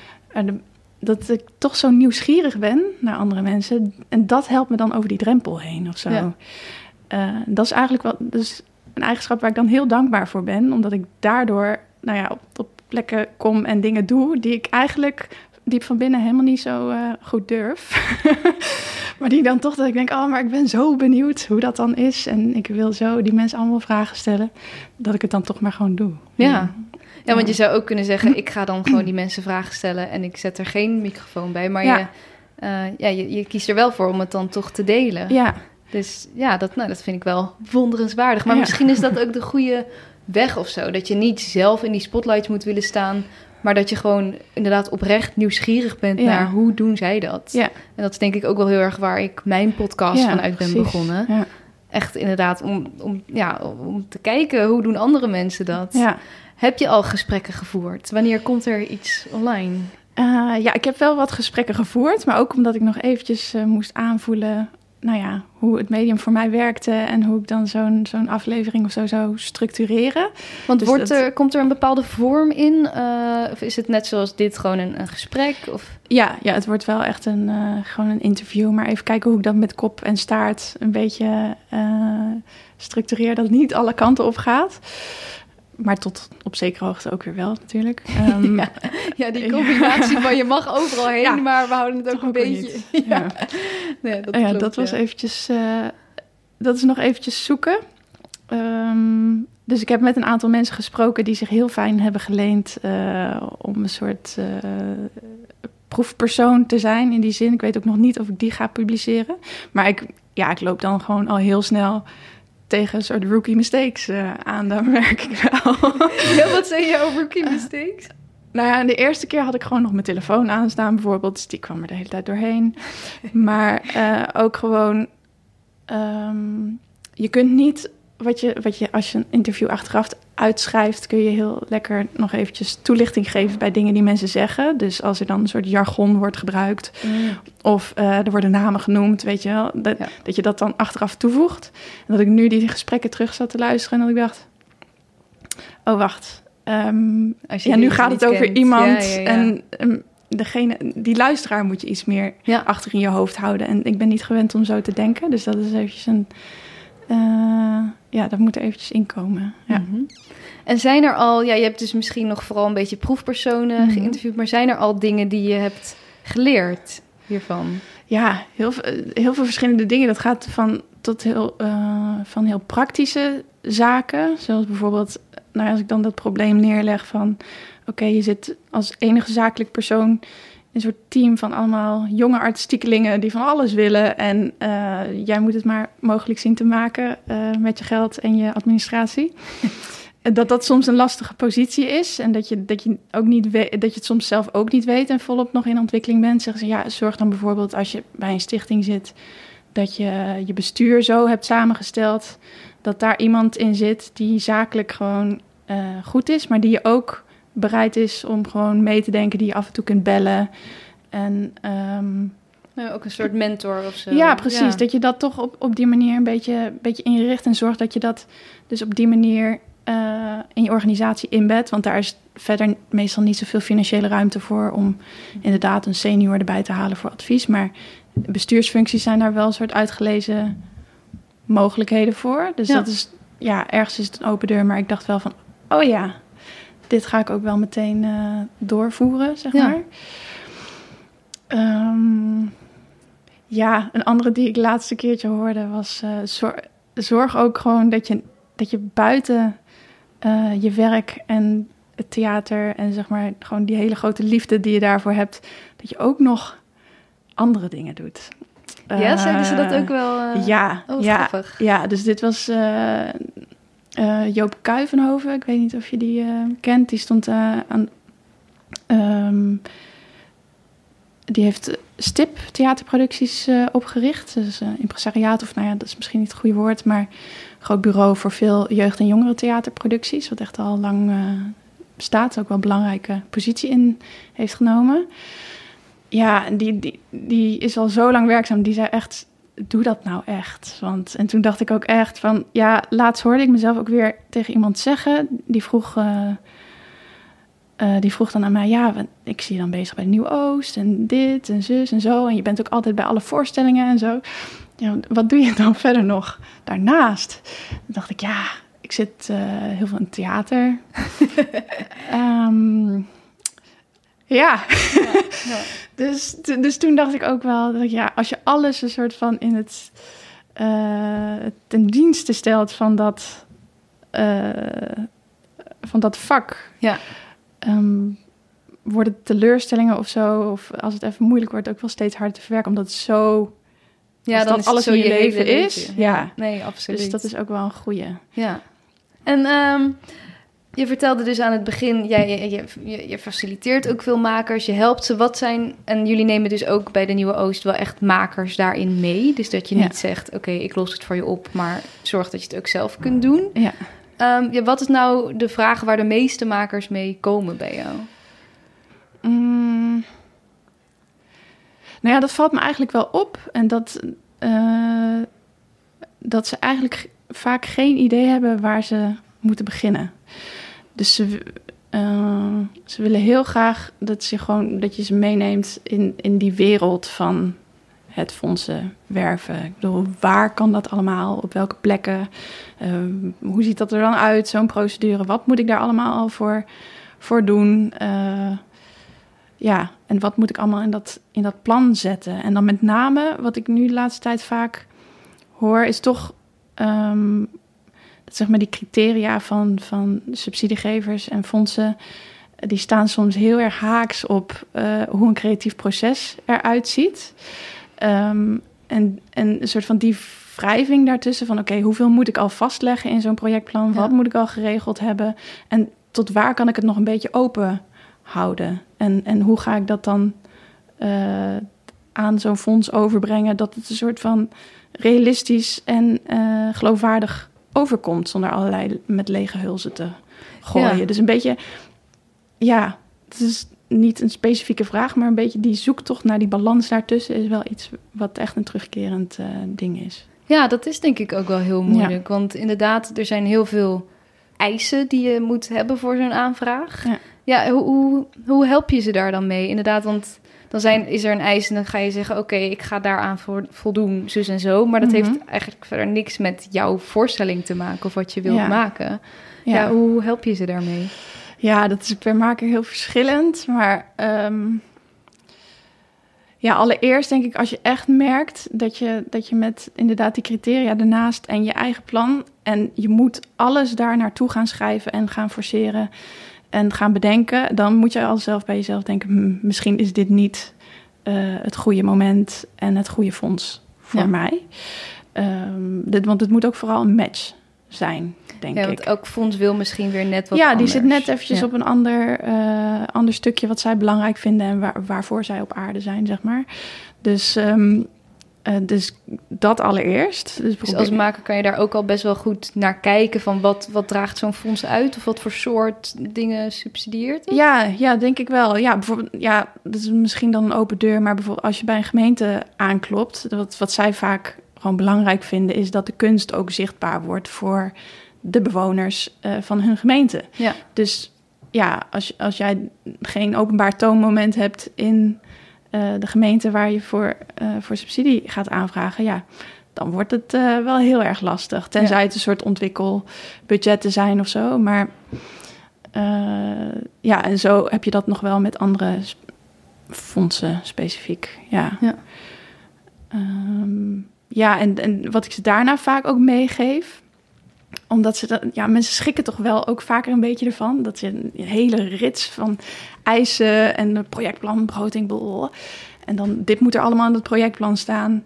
Dat ik toch zo nieuwsgierig ben naar andere mensen. En dat helpt me dan over die drempel heen of zo. Ja. Dat is eigenlijk wel dus een eigenschap waar ik dan heel dankbaar voor ben. Omdat ik daardoor op plekken kom en dingen doe... die ik eigenlijk diep van binnen helemaal niet zo goed durf. Maar die dan toch dat ik denk, maar ik ben zo benieuwd hoe dat dan is. En ik wil zo die mensen allemaal vragen stellen. Dat ik het dan toch maar gewoon doe. Ja, want je zou ook kunnen zeggen, ik ga dan gewoon die mensen vragen stellen. En ik zet er geen microfoon bij. Maar je kiest er wel voor om het dan toch te delen. Ja. Dus dat vind ik wel wonderenswaardig. Maar misschien is dat ook de goede weg of zo. Dat je niet zelf in die spotlight moet willen staan... maar dat je gewoon inderdaad oprecht nieuwsgierig bent naar hoe doen zij dat. Ja. En dat is denk ik ook wel heel erg waar ik mijn podcast vanuit ben begonnen. Ja. Echt inderdaad om te kijken hoe doen andere mensen dat. Ja. Heb je al gesprekken gevoerd? Wanneer komt er iets online? Ik heb wel wat gesprekken gevoerd. Maar ook omdat ik nog eventjes moest aanvoelen... hoe het medium voor mij werkte... en hoe ik dan zo'n aflevering of zo zou structureren. Want dus komt er een bepaalde vorm in? Of is het net zoals dit gewoon een gesprek? Of? Ja, het wordt wel echt gewoon een interview. Maar even kijken hoe ik dat met kop en staart... een beetje structureer dat het niet alle kanten op gaat... Maar tot op zekere hoogte ook weer wel, natuurlijk. Die combinatie van je mag overal heen, maar we houden het ook een beetje... Dat was eventjes... dat is nog eventjes zoeken. Dus ik heb met een aantal mensen gesproken die zich heel fijn hebben geleend... om een soort proefpersoon te zijn in die zin. Ik weet ook nog niet of ik die ga publiceren. Maar ik loop dan gewoon al heel snel... tegen een soort rookie mistakes aan, daar merk ik wel. Wat zei je over rookie mistakes? De eerste keer had ik gewoon nog mijn telefoon aanstaan bijvoorbeeld. Dus die kwam er de hele tijd doorheen. Maar ook gewoon... je kunt niet... Wat je als je een interview achteraf uitschrijft... kun je heel lekker nog eventjes toelichting geven... bij dingen die mensen zeggen. Dus als er dan een soort jargon wordt gebruikt... of er worden namen genoemd, weet je wel... dat je dat dan achteraf toevoegt. En dat ik nu die gesprekken terug zat te luisteren... en dat ik dacht... oh, wacht... Nu gaat het over kent. iemand. Ja. En die luisteraar moet je iets meer achter in je hoofd houden. En ik ben niet gewend om zo te denken. Dus dat is eventjes dat moet er eventjes inkomen. Ja. Mm-hmm. En zijn er al... je hebt dus misschien nog vooral een beetje proefpersonen geïnterviewd. Maar zijn er al dingen die je hebt geleerd hiervan? Ja, heel veel verschillende dingen. Dat gaat van heel praktische zaken. Zoals bijvoorbeeld, als ik dan dat probleem neerleg van... Oké, je zit als enige zakelijk persoon in een soort team van allemaal jonge artistiekelingen die van alles willen. En jij moet het maar mogelijk zien te maken met je geld en je administratie. Dat soms een lastige positie is en dat je ook niet weet, dat je het soms zelf ook niet weet en volop nog in ontwikkeling bent. Zeggen ze, zorg dan bijvoorbeeld als je bij een stichting zit, dat je je bestuur zo hebt samengesteld, dat daar iemand in zit die zakelijk gewoon goed is, maar die je ook bereid is om gewoon mee te denken, die je af en toe kunt bellen. En ook een soort mentor of zo. Ja, precies. Ja. Dat je dat toch op die manier een beetje inricht en zorgt dat je dat dus op die manier in je organisatie inbedt. Want daar is verder meestal niet zoveel financiële ruimte voor om inderdaad een senior erbij te halen voor advies. Maar bestuursfuncties zijn daar wel een soort uitgelezen mogelijkheden voor. Dus dat is, ergens is het een open deur. Maar ik dacht wel van, dit ga ik ook wel meteen doorvoeren, zeg maar. Een andere die ik het laatste keertje hoorde was... zorg ook gewoon dat je buiten je werk en het theater... en zeg maar gewoon die hele grote liefde die je daarvoor hebt... dat je ook nog andere dingen doet. Ja, zeiden ze dat ook wel? Grappig. Ja, dus dit was... Joop Kuivenhoven, ik weet niet of je die kent. Die stond aan... die heeft STIP theaterproducties opgericht. Dus impresariaat, of dat is misschien niet het goede woord... maar een groot bureau voor veel jeugd- en jongeren theaterproducties... wat echt al lang bestaat, ook wel een belangrijke positie in heeft genomen. Ja, en die is al zo lang werkzaam. Die zei echt... Doe dat nou echt. En toen dacht ik ook echt van... laatst hoorde ik mezelf ook weer tegen iemand zeggen. Die vroeg dan aan mij... ik zie je dan bezig bij Nieuw-Oost... en dit en zus en zo... en je bent ook altijd bij alle voorstellingen en zo. Ja, wat doe je dan verder nog daarnaast? Dan dacht ik, ik zit heel veel in theater. Dus toen dacht ik ook wel... dat als je alles een soort van in het... ten dienste stelt van dat vak... Ja. Worden teleurstellingen of zo... of als het even moeilijk wordt... ook wel steeds harder te verwerken... omdat het zo... Ja, dan is alles het zo in je leven is. Leven. Ja. Nee, absoluut. Dus dat is ook wel een goeie. Ja. En je vertelde dus aan het begin... je faciliteert ook veel makers. Je helpt ze. Wat zijn... En jullie nemen dus ook bij de Nieuwe Oost... wel echt makers daarin mee. Dus dat je niet zegt... Oké, ik los het voor je op... maar zorg dat je het ook zelf kunt doen. Ja. Wat is nou de vraag waar de meeste makers mee komen bij jou? Dat valt me eigenlijk wel op. En dat ze eigenlijk vaak geen idee hebben waar ze moeten beginnen. Dus ze willen heel graag dat je ze meeneemt in die wereld van het fondsen werven. Ik bedoel, waar kan dat allemaal? Op welke plekken? Hoe ziet dat er dan uit, zo'n procedure? Wat moet ik daar allemaal al voor doen? En wat moet ik allemaal in dat plan zetten? En dan met name, wat ik nu de laatste tijd vaak hoor... is toch dat zeg maar die criteria van subsidiegevers en fondsen... die staan soms heel erg haaks op hoe een creatief proces eruit ziet... En een soort van die wrijving daartussen van... oké, hoeveel moet ik al vastleggen in zo'n projectplan? Wat moet ik al geregeld hebben? En tot waar kan ik het nog een beetje open houden? En hoe ga ik dat dan aan zo'n fonds overbrengen... dat het een soort van realistisch en geloofwaardig overkomt... zonder allerlei met lege hulzen te gooien. Ja. Dus een beetje... het is... niet een specifieke vraag, maar een beetje die zoektocht naar die balans daartussen... is wel iets wat echt een terugkerend ding is. Ja, dat is denk ik ook wel heel moeilijk. Ja. Want inderdaad, er zijn heel veel eisen die je moet hebben voor zo'n aanvraag. Ja. Ja, hoe help je ze daar dan mee? Inderdaad, want dan is er een eis en dan ga je zeggen... oké, ik ga daaraan voldoen, zus en zo. Maar dat heeft eigenlijk verder niks met jouw voorstelling te maken... of wat je wilt maken. Ja, hoe help je ze daarmee? Ja, dat is per maker heel verschillend. Maar allereerst denk ik... als je echt merkt dat je met inderdaad die criteria ernaast... en je eigen plan... en je moet alles daar naartoe gaan schrijven en gaan forceren... en gaan bedenken, dan moet je al zelf bij jezelf denken... misschien is dit niet het goede moment en het goede fonds voor mij. Want het moet ook vooral een match zijn, denk ik. Want elk fonds wil misschien weer net wat anders. Ja, die zit net eventjes op een ander stukje... wat zij belangrijk vinden en waarvoor zij op aarde zijn, zeg maar. Dus dat allereerst. Dus als maker kan je daar ook al best wel goed naar kijken... van wat draagt zo'n fonds uit... of wat voor soort dingen subsidieert het? Ja, denk ik wel. Ja, bijvoorbeeld, dat is misschien dan een open deur... maar bijvoorbeeld als je bij een gemeente aanklopt... wat zij vaak gewoon belangrijk vinden... is dat de kunst ook zichtbaar wordt... voor de bewoners van hun gemeente. Ja. Dus ja, als jij geen openbaar toonmoment hebt... in de gemeente waar je voor subsidie gaat aanvragen... dan wordt het wel heel erg lastig. Tenzij het een soort ontwikkelbudgetten zijn of zo. Maar en zo heb je dat nog wel met andere fondsen specifiek. En wat ik ze daarna vaak ook meegeef... omdat ze mensen schrikken toch wel ook vaker een beetje ervan... dat je een hele rits van eisen en een projectplan, begroting... blablabla. En dan, dit moet er allemaal in het projectplan staan...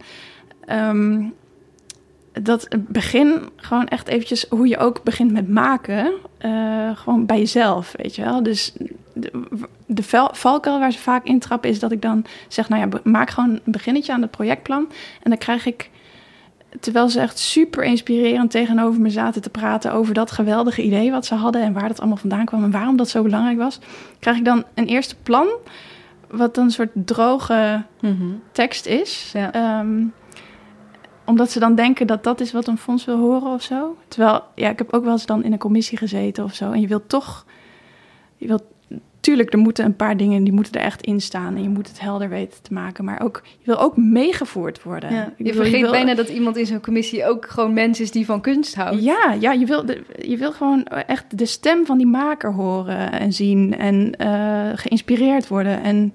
dat begin gewoon echt eventjes hoe je ook begint met maken... gewoon bij jezelf, weet je wel. Dus de valkuil waar ze vaak intrappen is dat ik dan zeg... maak gewoon een beginnetje aan het projectplan... en dan krijg ik, terwijl ze echt super inspirerend tegenover me zaten te praten... over dat geweldige idee wat ze hadden... en waar dat allemaal vandaan kwam en waarom dat zo belangrijk was... krijg ik dan een eerste plan... wat dan een soort droge tekst is... Ja. Omdat ze dan denken dat dat is wat een fonds wil horen of zo. Terwijl, ik heb ook wel eens dan in een commissie gezeten of zo. En je wilt tuurlijk, er moeten een paar dingen, die moeten er echt in staan. En je moet het helder weten te maken. Maar ook, je wil ook meegevoerd worden. Ja, je vergeet bijna dat iemand in zo'n commissie ook gewoon mens is die van kunst houdt. Ja, je wil gewoon echt de stem van die maker horen en zien. En geïnspireerd worden. En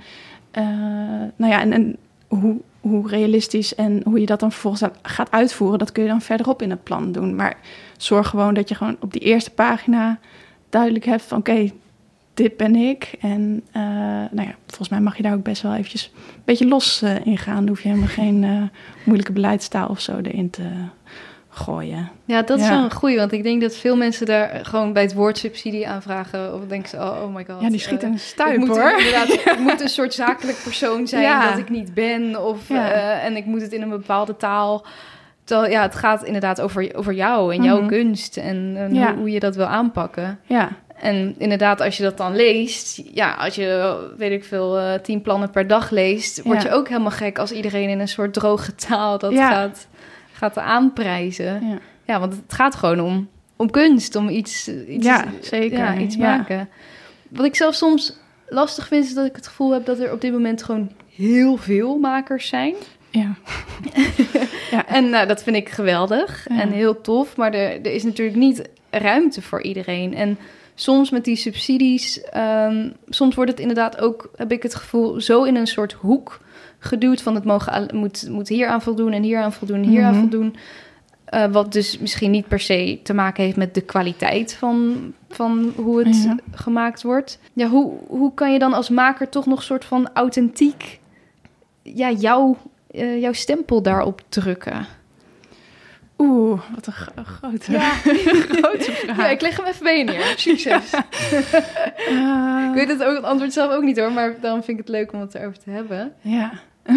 en hoe realistisch en hoe je dat dan vervolgens gaat uitvoeren... dat kun je dan verderop in het plan doen. Maar zorg gewoon dat je gewoon op die eerste pagina duidelijk hebt van... oké, dit ben ik. En volgens mij mag je daar ook best wel eventjes een beetje los in gaan. Dan hoef je helemaal geen moeilijke beleidstaal of zo erin te gooien. Ja, dat is wel een goeie, want ik denk dat veel mensen daar gewoon bij het woord subsidie aanvragen... of denken ze, oh my god. Ja, die schieten een stuip, hoor. Ik moet een soort zakelijk persoon zijn dat ik niet ben... en ik moet het in een bepaalde taal... Terwijl, het gaat inderdaad over jou en jouw kunst... en hoe je dat wil aanpakken. Ja. En inderdaad, als je dat dan leest... als je, weet ik veel, 10 plannen per dag leest... word je ook helemaal gek als iedereen in een soort droge taal dat gaat aanprijzen. Ja, want het gaat gewoon om kunst, om iets zeker. Iets maken. Wat ik zelf soms lastig vind, is dat ik het gevoel heb... dat er op dit moment gewoon heel veel makers zijn. Ja. En dat vind ik geweldig en heel tof. Maar er is natuurlijk niet ruimte voor iedereen. En soms met die subsidies... soms wordt het inderdaad ook, heb ik het gevoel... zo in een soort hoek geduwd van... het moet hier aan voldoen en hier aan voldoen en hier aan voldoen... wat dus misschien niet per se te maken heeft met de kwaliteit van hoe het gemaakt wordt. Ja, hoe kan je dan als maker toch nog soort van authentiek jouw stempel daarop drukken? Wat een grote vraag. Ja, ik leg hem even bij je neer. Succes. Ik weet het antwoord zelf ook niet hoor, maar daarom vind ik het leuk om het erover te hebben. Ja.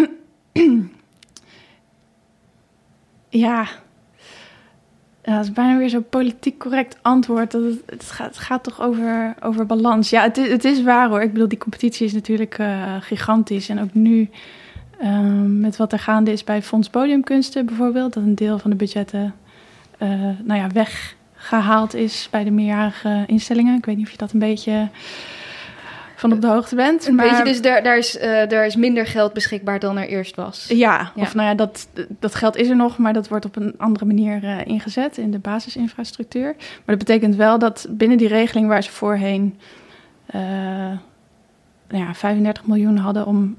Ja, dat is bijna weer zo'n politiek correct antwoord. Het gaat toch over balans. Ja, het is waar hoor. Ik bedoel, die competitie is natuurlijk gigantisch. En ook nu met wat er gaande is bij Fonds Podiumkunsten bijvoorbeeld... dat een deel van de budgetten gehaald is bij de meerjarige instellingen. Ik weet niet of je dat een beetje van op de hoogte bent. Een beetje, dus daar is minder geld beschikbaar dan er eerst was. Ja. Of nou ja, dat geld is er nog, maar dat wordt op een andere manier ingezet in de basisinfrastructuur. Maar dat betekent wel dat binnen die regeling waar ze voorheen 35 miljoen hadden om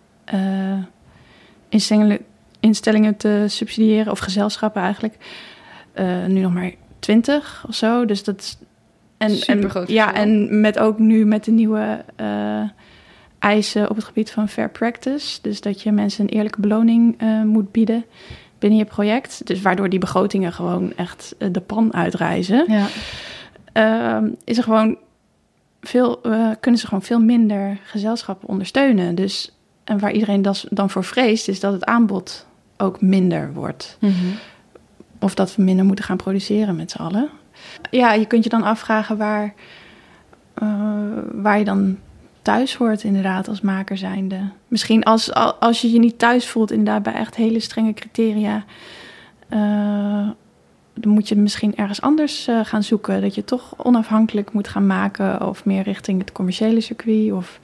instellingen te subsidiëren, of gezelschappen eigenlijk, nu nog maar 20 of zo. Dus dat is super groot. Ja, en met ook nu met de nieuwe eisen op het gebied van fair practice. Dus dat je mensen een eerlijke beloning moet bieden binnen je project. Dus waardoor die begrotingen gewoon echt de pan uitreizen. Ja. Is er gewoon kunnen ze gewoon veel minder gezelschappen ondersteunen. Dus, en waar iedereen dan voor vreest, is dat het aanbod ook minder wordt. Mm-hmm. Of dat we minder moeten gaan produceren met z'n allen. Ja, je kunt je dan afvragen waar je dan thuis hoort inderdaad als maker zijnde. Misschien als je je niet thuis voelt inderdaad bij echt hele strenge criteria, dan moet je misschien ergens anders gaan zoeken. Dat je toch onafhankelijk moet gaan maken of meer richting het commerciële circuit. Of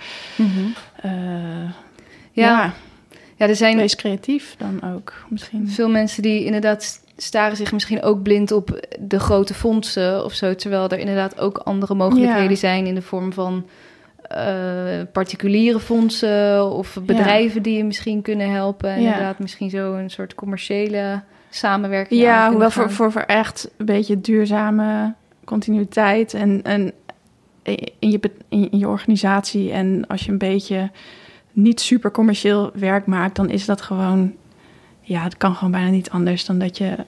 Ja, er zijn wees creatief dan ook misschien. Veel mensen die inderdaad staren zich misschien ook blind op de grote fondsen of zo, terwijl er inderdaad ook andere mogelijkheden zijn in de vorm van particuliere fondsen of bedrijven die je misschien kunnen helpen. En inderdaad misschien zo een soort commerciële samenwerking. Ja, hoewel voor echt een beetje duurzame continuïteit en in je organisatie. En als je een beetje niet super commercieel werk maakt, dan is dat gewoon, het kan gewoon bijna niet anders dan dat je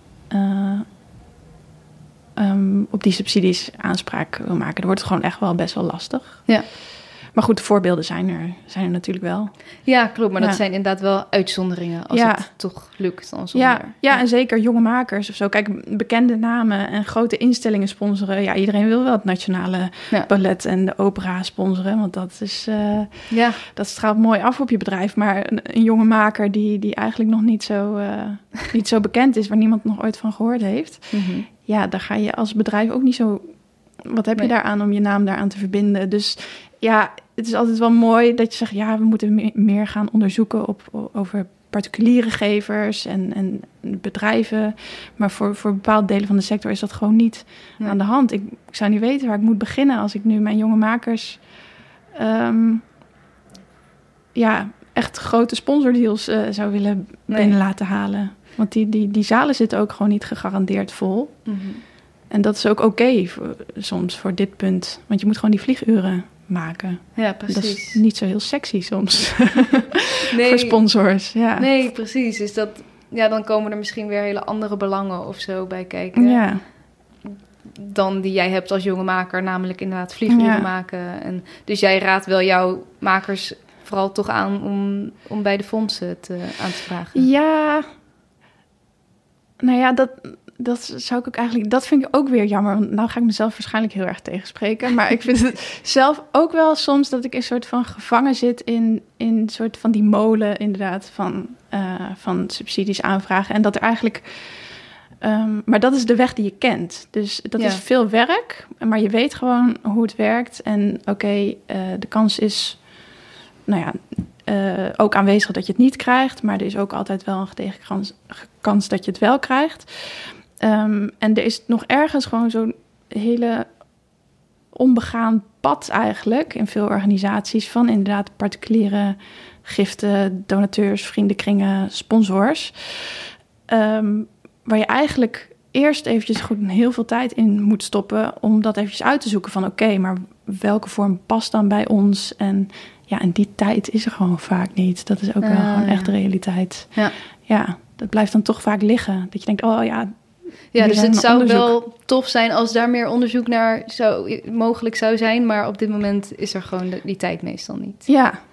op die subsidies aanspraak wil maken. Dan wordt het gewoon echt wel best wel lastig. Ja. Maar goed, de voorbeelden zijn er natuurlijk wel. Ja, klopt. Maar dat zijn inderdaad wel uitzonderingen als het toch lukt dan zonder. Ja, en zeker jonge makers of zo. Kijk, bekende namen en grote instellingen sponsoren. Ja, iedereen wil wel het Nationale Ballet en de opera sponsoren. Want dat is dat straalt mooi af op je bedrijf. Maar een jonge maker die eigenlijk nog niet zo bekend is, waar niemand nog ooit van gehoord heeft. Mm-hmm. Ja, daar ga je als bedrijf ook niet zo. Wat heb je daaraan om je naam daaraan te verbinden? Dus ja, het is altijd wel mooi dat je zegt, we moeten meer gaan onderzoeken over particuliere gevers en bedrijven. Maar voor bepaalde delen van de sector is dat gewoon niet aan de hand. Ik zou niet weten waar ik moet beginnen als ik nu mijn jonge makers echt grote sponsordeals zou willen binnen laten halen. Want die zalen zitten ook gewoon niet gegarandeerd vol. Mm-hmm. En dat is ook oké soms voor dit punt. Want je moet gewoon die vlieguren maken. Ja, precies. Dat is niet zo heel sexy soms voor sponsors. Ja. Nee, precies. Dus dan komen er misschien weer hele andere belangen of zo bij kijken. Ja. Dan die jij hebt als jonge maker, namelijk inderdaad vlieguren maken. En dus jij raadt wel jouw makers vooral toch aan om bij de fondsen aan te vragen. Ja. Nou ja, dat zou ik ook eigenlijk. Dat vind ik ook weer jammer. Want nou ga ik mezelf waarschijnlijk heel erg tegenspreken. Maar ik vind het zelf ook wel soms dat ik een soort van gevangen zit in een soort van die molen, inderdaad, van subsidies aanvragen. En dat er eigenlijk. Maar dat is de weg die je kent. Dus dat is veel werk. Maar je weet gewoon hoe het werkt. En de kans is. Ook aanwezig dat je het niet krijgt. Maar er is ook altijd wel een gedegen kans dat je het wel krijgt. En er is nog ergens gewoon zo'n hele onbegaan pad eigenlijk in veel organisaties van inderdaad particuliere giften, donateurs, vriendenkringen, sponsors. Waar je eigenlijk eerst eventjes goed heel veel tijd in moet stoppen om dat eventjes uit te zoeken van maar welke vorm past dan bij ons? En die tijd is er gewoon vaak niet. Dat is ook wel gewoon echt de realiteit. Ja, dat blijft dan toch vaak liggen. Dat je denkt, dus het zou wel tof zijn als daar meer onderzoek naar mogelijk zou zijn. Maar op dit moment is er gewoon die tijd meestal niet.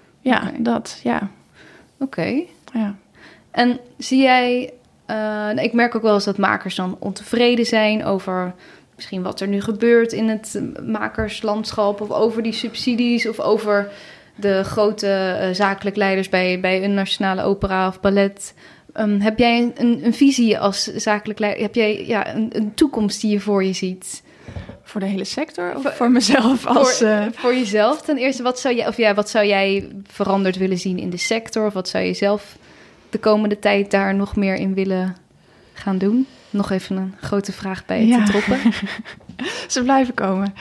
Oké. Ja. En zie jij... ik merk ook wel eens dat makers dan ontevreden zijn over misschien wat er nu gebeurt in het makerslandschap, of over die subsidies, of over de grote zakelijk leiders bij een nationale opera of ballet. Heb jij een visie als zakelijk leider? Heb jij een toekomst die je voor je ziet? Voor de hele sector of voor mezelf? Voor jezelf ten eerste. Wat zou jij veranderd willen zien in de sector? Of wat zou je zelf de komende tijd daar nog meer in willen gaan doen? Nog even een grote vraag bij te droppen. Ze blijven komen.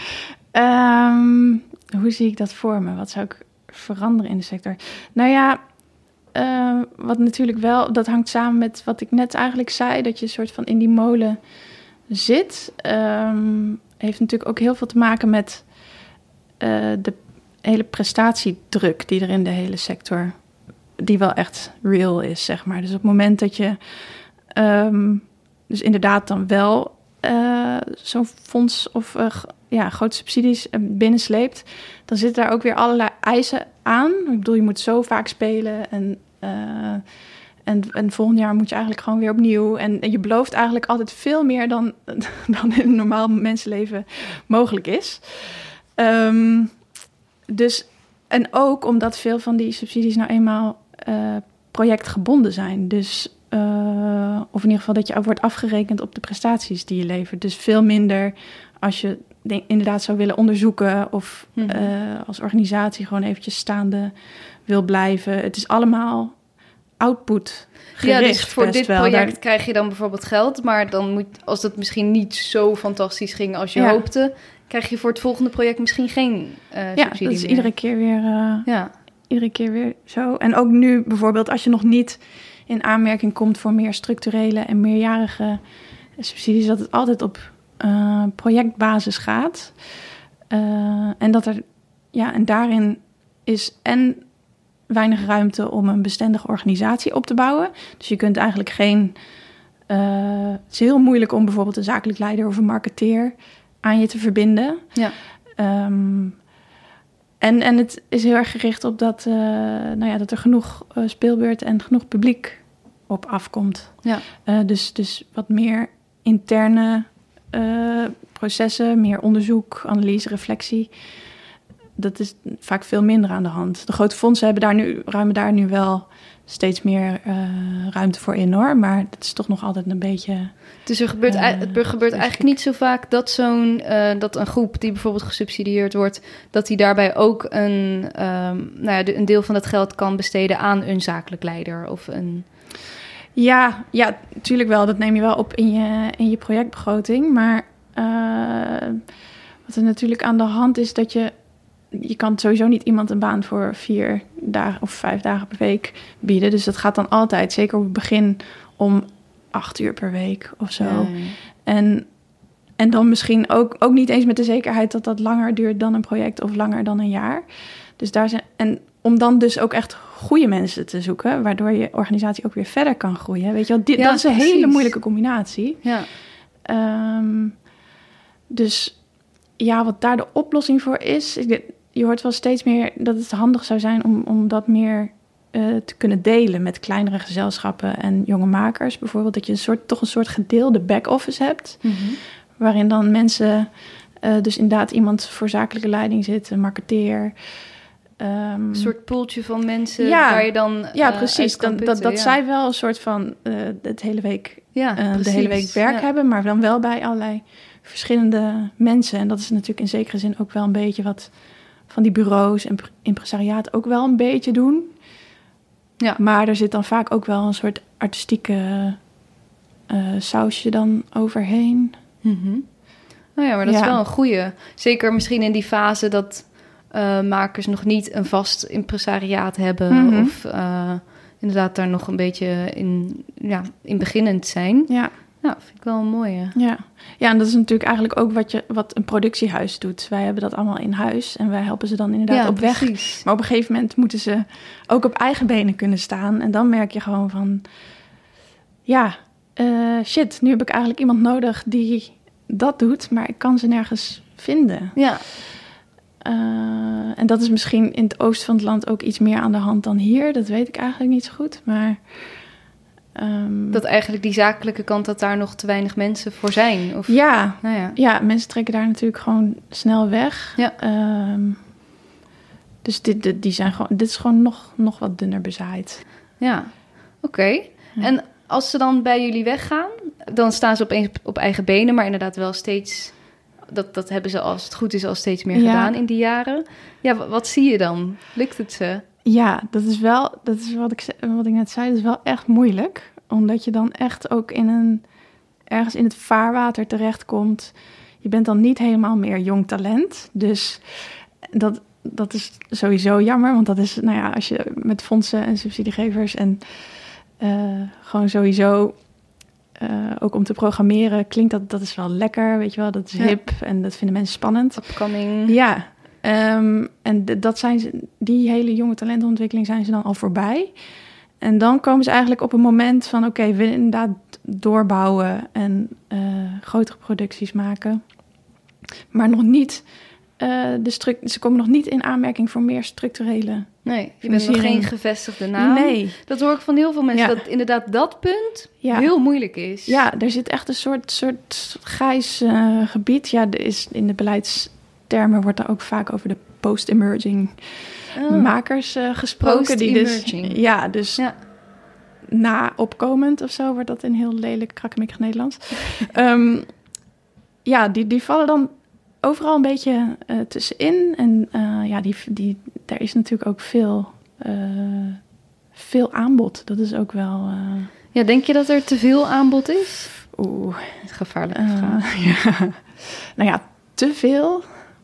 Hoe zie ik dat voor me? Wat zou ik veranderen in de sector? Nou ja, wat natuurlijk wel, dat hangt samen met wat ik net eigenlijk zei, dat je een soort van in die molen zit. Heeft natuurlijk ook heel veel te maken met de hele prestatiedruk die er in de hele sector, die wel echt real is, zeg maar. Dus op het moment dat je dus inderdaad dan wel zo'n fonds of grote subsidies binnensleept, dan zitten daar ook weer allerlei eisen aan. Ik bedoel, je moet zo vaak spelen en volgend jaar moet je eigenlijk gewoon weer opnieuw. En je belooft eigenlijk altijd veel meer dan in een normaal mensenleven mogelijk is. Dus, en ook omdat veel van die subsidies nou eenmaal projectgebonden zijn. Dus of in ieder geval dat je wordt afgerekend op de prestaties die je levert. Dus veel minder als je inderdaad zou willen onderzoeken of als organisatie gewoon eventjes staande wil blijven. Het is allemaal output gericht. Ja, dus voor dit project krijg je dan bijvoorbeeld geld, maar dan als het misschien niet zo fantastisch ging als je hoopte, krijg je voor het volgende project misschien geen subsidie dat is meer. Iedere keer weer zo. En ook nu bijvoorbeeld als je nog niet in aanmerking komt voor meer structurele en meerjarige subsidies, dat het altijd op projectbasis gaat. En dat er, en daarin is en weinig ruimte om een bestendige organisatie op te bouwen. Dus je kunt eigenlijk het is heel moeilijk om bijvoorbeeld een zakelijk leider of een marketeer aan je te verbinden. Ja. En het is heel erg gericht op dat er genoeg speelbeurt en genoeg publiek op afkomt. Ja. Dus wat meer interne processen, meer onderzoek, analyse, reflectie. Dat is vaak veel minder aan de hand. De grote fondsen ruimen daar nu wel steeds meer ruimte voor in, hoor. Maar het is toch nog altijd een beetje. Dus het gebeurt eigenlijk niet zo vaak dat dat een groep die bijvoorbeeld gesubsidieerd wordt, dat die daarbij ook een deel van dat geld kan besteden aan een zakelijk leider of een. Ja, natuurlijk wel. Dat neem je wel op in je projectbegroting. Maar wat er natuurlijk aan de hand is, dat je kan sowieso niet iemand een baan voor 4 dagen of 5 dagen per week bieden. Dus dat gaat dan altijd, zeker op het begin, om 8 uur per week of zo. Nee. En dan misschien ook niet eens met de zekerheid dat dat langer duurt dan een project of langer dan een jaar. Dus en om dan dus ook echt goede mensen te zoeken, waardoor je organisatie ook weer verder kan groeien. Weet je wel, dat is een hele moeilijke combinatie. Ja. Dus wat daar de oplossing voor is, je hoort wel steeds meer dat het handig zou zijn om dat meer te kunnen delen met kleinere gezelschappen en jonge makers. Bijvoorbeeld dat je toch een soort gedeelde back-office hebt, waarin dan mensen, dus inderdaad iemand voor zakelijke leiding zit, een marketeer. Een soort poeltje van mensen waar je dan precies. Dat zij wel een soort van de hele week werk hebben, maar dan wel bij allerlei verschillende mensen. En dat is natuurlijk in zekere zin ook wel een beetje wat van die bureaus en impresariaat ook wel een beetje doen. Ja. Maar er zit dan vaak ook wel een soort artistieke sausje dan overheen. Mm-hmm. Nou ja, maar dat is wel een goeie. Zeker misschien in die fase dat makers nog niet een vast impresariaat hebben. Mm-hmm. Of inderdaad daar nog een beetje in beginnend zijn. Ja. Nou, vind ik wel een mooie. Ja, en dat is natuurlijk eigenlijk ook wat een productiehuis doet. Wij hebben dat allemaal in huis en wij helpen ze dan inderdaad op weg. Precies. Maar op een gegeven moment moeten ze ook op eigen benen kunnen staan. En dan merk je gewoon van, shit, nu heb ik eigenlijk iemand nodig die dat doet, maar ik kan ze nergens vinden. Ja. En dat is misschien in het oosten van het land ook iets meer aan de hand dan hier. Dat weet ik eigenlijk niet zo goed, maar dat eigenlijk die zakelijke kant, dat daar nog te weinig mensen voor zijn? Of? Ja, mensen trekken daar natuurlijk gewoon snel weg. Ja. Dus dit is gewoon nog wat dunner bezaaid. Ja, oké. Ja. En als ze dan bij jullie weggaan, dan staan ze opeens op eigen benen, maar inderdaad wel steeds... Dat hebben ze, als het goed is, al steeds meer gedaan in die jaren. Ja, wat zie je dan? Lukt het ze? Ja, dat is wat ik net zei, dat is wel echt moeilijk. Omdat je dan echt ook ergens in het vaarwater terechtkomt. Je bent dan niet helemaal meer jong talent. Dus dat is sowieso jammer. Want dat is, als je met fondsen en subsidiegevers en gewoon sowieso... ook om te programmeren klinkt dat is wel lekker, weet je wel. Dat is hip en dat vinden mensen spannend. Upcoming. Ja, en die hele jonge talentontwikkeling zijn ze dan al voorbij. En dan komen ze eigenlijk op een moment van... oké, we willen inderdaad doorbouwen en grotere producties maken. Maar nog niet... ze komen nog niet in aanmerking voor meer structurele... Nee, je bent nog geen gevestigde naam. Nee. Dat hoor ik van heel veel mensen, dat inderdaad dat punt heel moeilijk is. Ja, er zit echt een soort grijs gebied. Ja, er is in de beleidstermen wordt er ook vaak over de post-emerging makers gesproken. Post-emerging. Dus na opkomend of zo wordt dat in heel lelijk krakkemikkig Nederlands. Die vallen dan overal een beetje tussenin. En daar is natuurlijk ook veel aanbod. Dat is ook wel... Ja, denk je dat er te veel aanbod is? Oeh. Gevaarlijke vraag. Ja. Nou ja, te veel.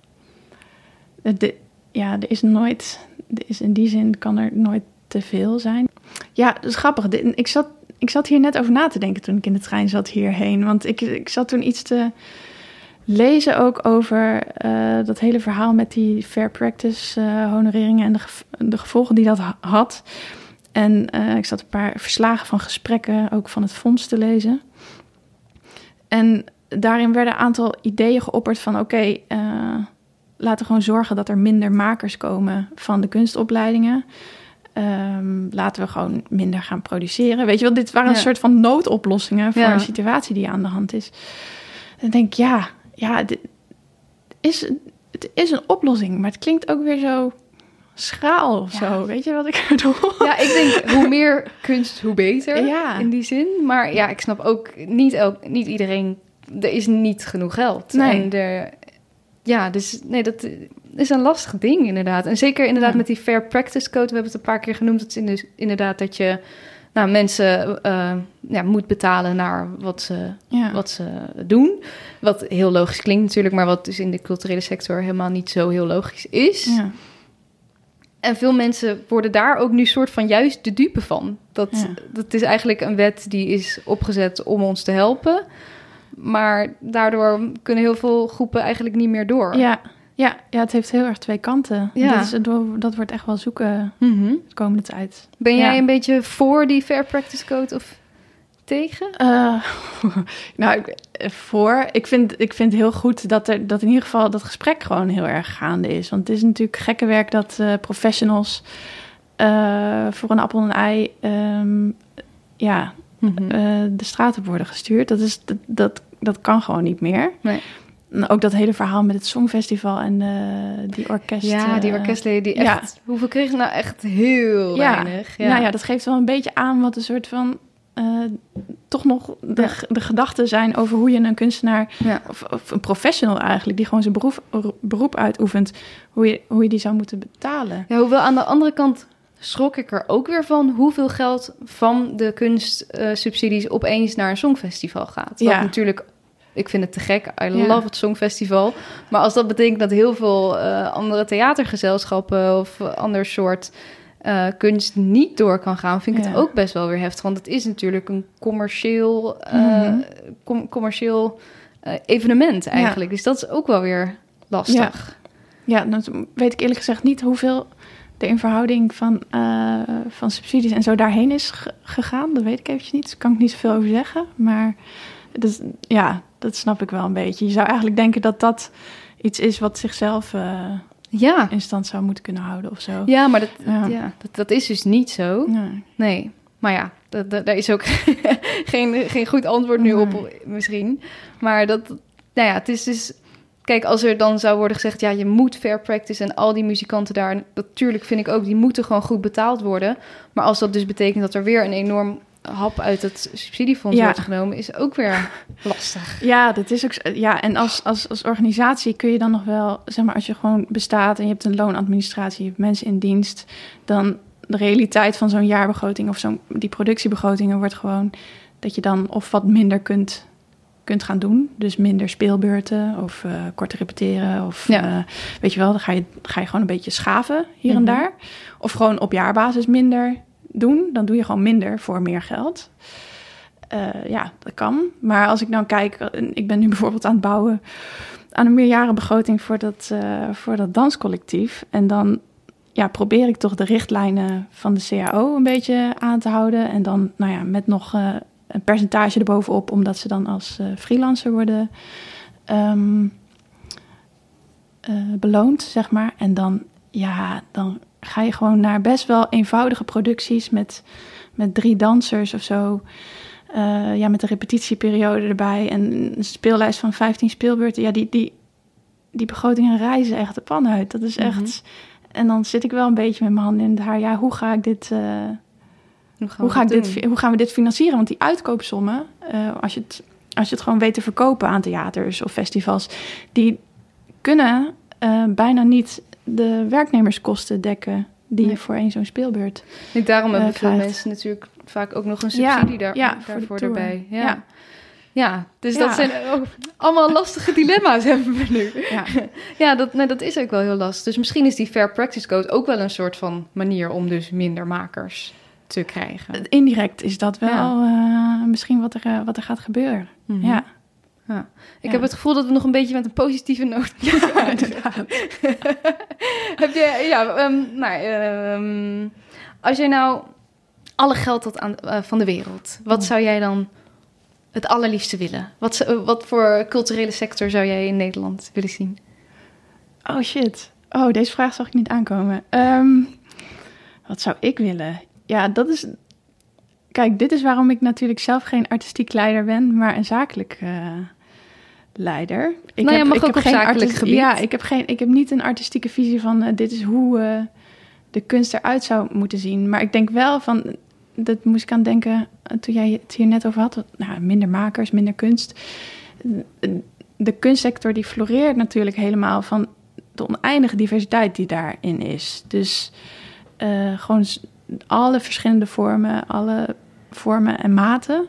Er is in die zin kan er nooit te veel zijn. Ja, dat is grappig. Ik zat hier net over na te denken toen ik in de trein zat hierheen. Want ik zat toen iets te... lezen ook over dat hele verhaal met die fair practice honoreringen en de gevolgen die dat had. En ik zat een paar verslagen van gesprekken, ook van het fonds, te lezen. En daarin werden een aantal ideeën geopperd van oké, laten we gewoon zorgen dat er minder makers komen van de kunstopleidingen. Laten we gewoon minder gaan produceren. Weet je wel, dit waren een soort van noodoplossingen voor een situatie die aan de hand is. Dan denk ik, het is een oplossing, maar het klinkt ook weer zo schraal of zo. Weet je wat ik bedoel? Ja, ik denk hoe meer kunst, hoe beter in die zin. Maar ja, ik snap ook, niet iedereen... Er is niet genoeg geld. Nee. En dat is een lastig ding inderdaad. En zeker inderdaad met die Fair Practice Code, we hebben het een paar keer genoemd. Het is inderdaad dat je mensen moet betalen naar wat ze doen. Wat heel logisch klinkt natuurlijk, maar wat dus in de culturele sector helemaal niet zo heel logisch is. Ja. En veel mensen worden daar ook nu soort van juist de dupe van. Dat is eigenlijk een wet die is opgezet om ons te helpen. Maar daardoor kunnen heel veel groepen eigenlijk niet meer door. Ja, het heeft heel erg twee kanten. Ja. Dat wordt echt wel zoeken de komende tijd. Ben jij een beetje voor die Fair Practice Code of tegen? Voor. Ik vind heel goed dat in ieder geval dat gesprek gewoon heel erg gaande is. Want het is natuurlijk gekke werk dat professionals voor een appel en een ei de straat op worden gestuurd. Dat kan gewoon niet meer. Nee. En ook dat hele verhaal met het Songfestival en die orkest. Ja, die orkestleden die echt... Hoeveel kregen nou echt heel weinig? Ja. Nou ja, dat geeft wel een beetje aan wat een soort van... toch nog de gedachten zijn over hoe je een kunstenaar... Of een professional eigenlijk, die gewoon zijn beroep uitoefent... hoe je die zou moeten betalen. Ja, hoewel aan de andere kant schrok ik er ook weer van... hoeveel geld van de kunstsubsidies opeens naar een songfestival gaat. Wat natuurlijk... Ik vind het te gek. I love het Songfestival. Maar als dat betekent dat heel veel andere theatergezelschappen... of ander soort kunst niet door kan gaan... vind ik het ook best wel weer heftig. Want het is natuurlijk een commercieel evenement eigenlijk. Dus dat is ook wel weer lastig. Ja, dan weet ik eerlijk gezegd niet hoeveel... de in verhouding van subsidies en zo daarheen is gegaan. Dat weet ik eventjes niet. Daar kan ik niet zoveel over zeggen. Maar... Dus, dat snap ik wel een beetje. Je zou eigenlijk denken dat dat iets is wat zichzelf in stand zou moeten kunnen houden of zo. Ja, maar dat is dus niet zo. Nee. Maar ja, daar is ook geen goed antwoord nu op misschien. Maar het is dus... Kijk, als er dan zou worden gezegd... ja, je moet fair practice en al die muzikanten daar... natuurlijk vind ik ook, die moeten gewoon goed betaald worden. Maar als dat dus betekent dat er weer een enorm hap uit het subsidiefonds wordt genomen, is ook weer lastig. Ja, dat is ook. Ja, en als organisatie kun je dan nog wel, zeg maar, als je gewoon bestaat en je hebt een loonadministratie, je hebt mensen in dienst, dan de realiteit van zo'n jaarbegroting of die productiebegrotingen wordt gewoon dat je dan of wat minder kunt gaan doen. Dus minder speelbeurten of korter repeteren. Of weet je wel, dan ga je gewoon een beetje schaven hier en daar. Of gewoon op jaarbasis minder doen. Dan doe je gewoon minder voor meer geld. Dat kan. Maar als ik nou kijk, ik ben nu bijvoorbeeld aan het bouwen aan een meerjarenbegroting voor dat danscollectief. En dan probeer ik toch de richtlijnen van de CAO een beetje aan te houden. En dan met nog een percentage erbovenop, omdat ze dan als freelancer worden beloond, zeg maar. En dan ga je gewoon naar best wel eenvoudige producties met 3 dansers of zo. Met een repetitieperiode erbij en een speellijst van 15 speelbeurten. Ja, die begrotingen reizen echt de pan uit. Dat is echt. En dan zit ik wel een beetje met mijn handen in het haar. Ja, hoe ga ik dit? Hoe gaan we dit financieren? Want die uitkoopsommen, als je het gewoon weet te verkopen aan theaters of festivals, die kunnen bijna niet de werknemerskosten dekken die je voor zo'n speelbeurt daarom hebben veel mensen natuurlijk vaak ook nog een subsidie daarvoor erbij. Dus dat zijn ook allemaal lastige dilemma's hebben we nu. Dat is ook wel heel lastig. Dus misschien is die Fair Practice Code ook wel een soort van manier om dus minder makers te krijgen. Indirect is dat wel misschien wat er gaat gebeuren. Ik heb het gevoel dat we nog een beetje met een positieve noot... Ja, inderdaad. Heb je... als jij nou alle geld had van de wereld, wat zou jij dan het allerliefste willen? Wat voor culturele sector zou jij in Nederland willen zien? Oh, shit. Oh, deze vraag zag ik niet aankomen. Wat zou ik willen? Ja, dat is... Kijk, dit is waarom ik natuurlijk zelf geen artistiek leider ben, maar een zakelijk leider. Ik heb ook op zakelijk gebied. Ja, ik heb niet een artistieke visie van dit is hoe de kunst eruit zou moeten zien. Maar ik denk wel van, dat moest ik aan denken toen jij het hier net over had. Minder makers, minder kunst. De kunstsector die floreert natuurlijk helemaal van de oneindige diversiteit die daarin is. Dus gewoon alle verschillende vormen, alle vormen en maten.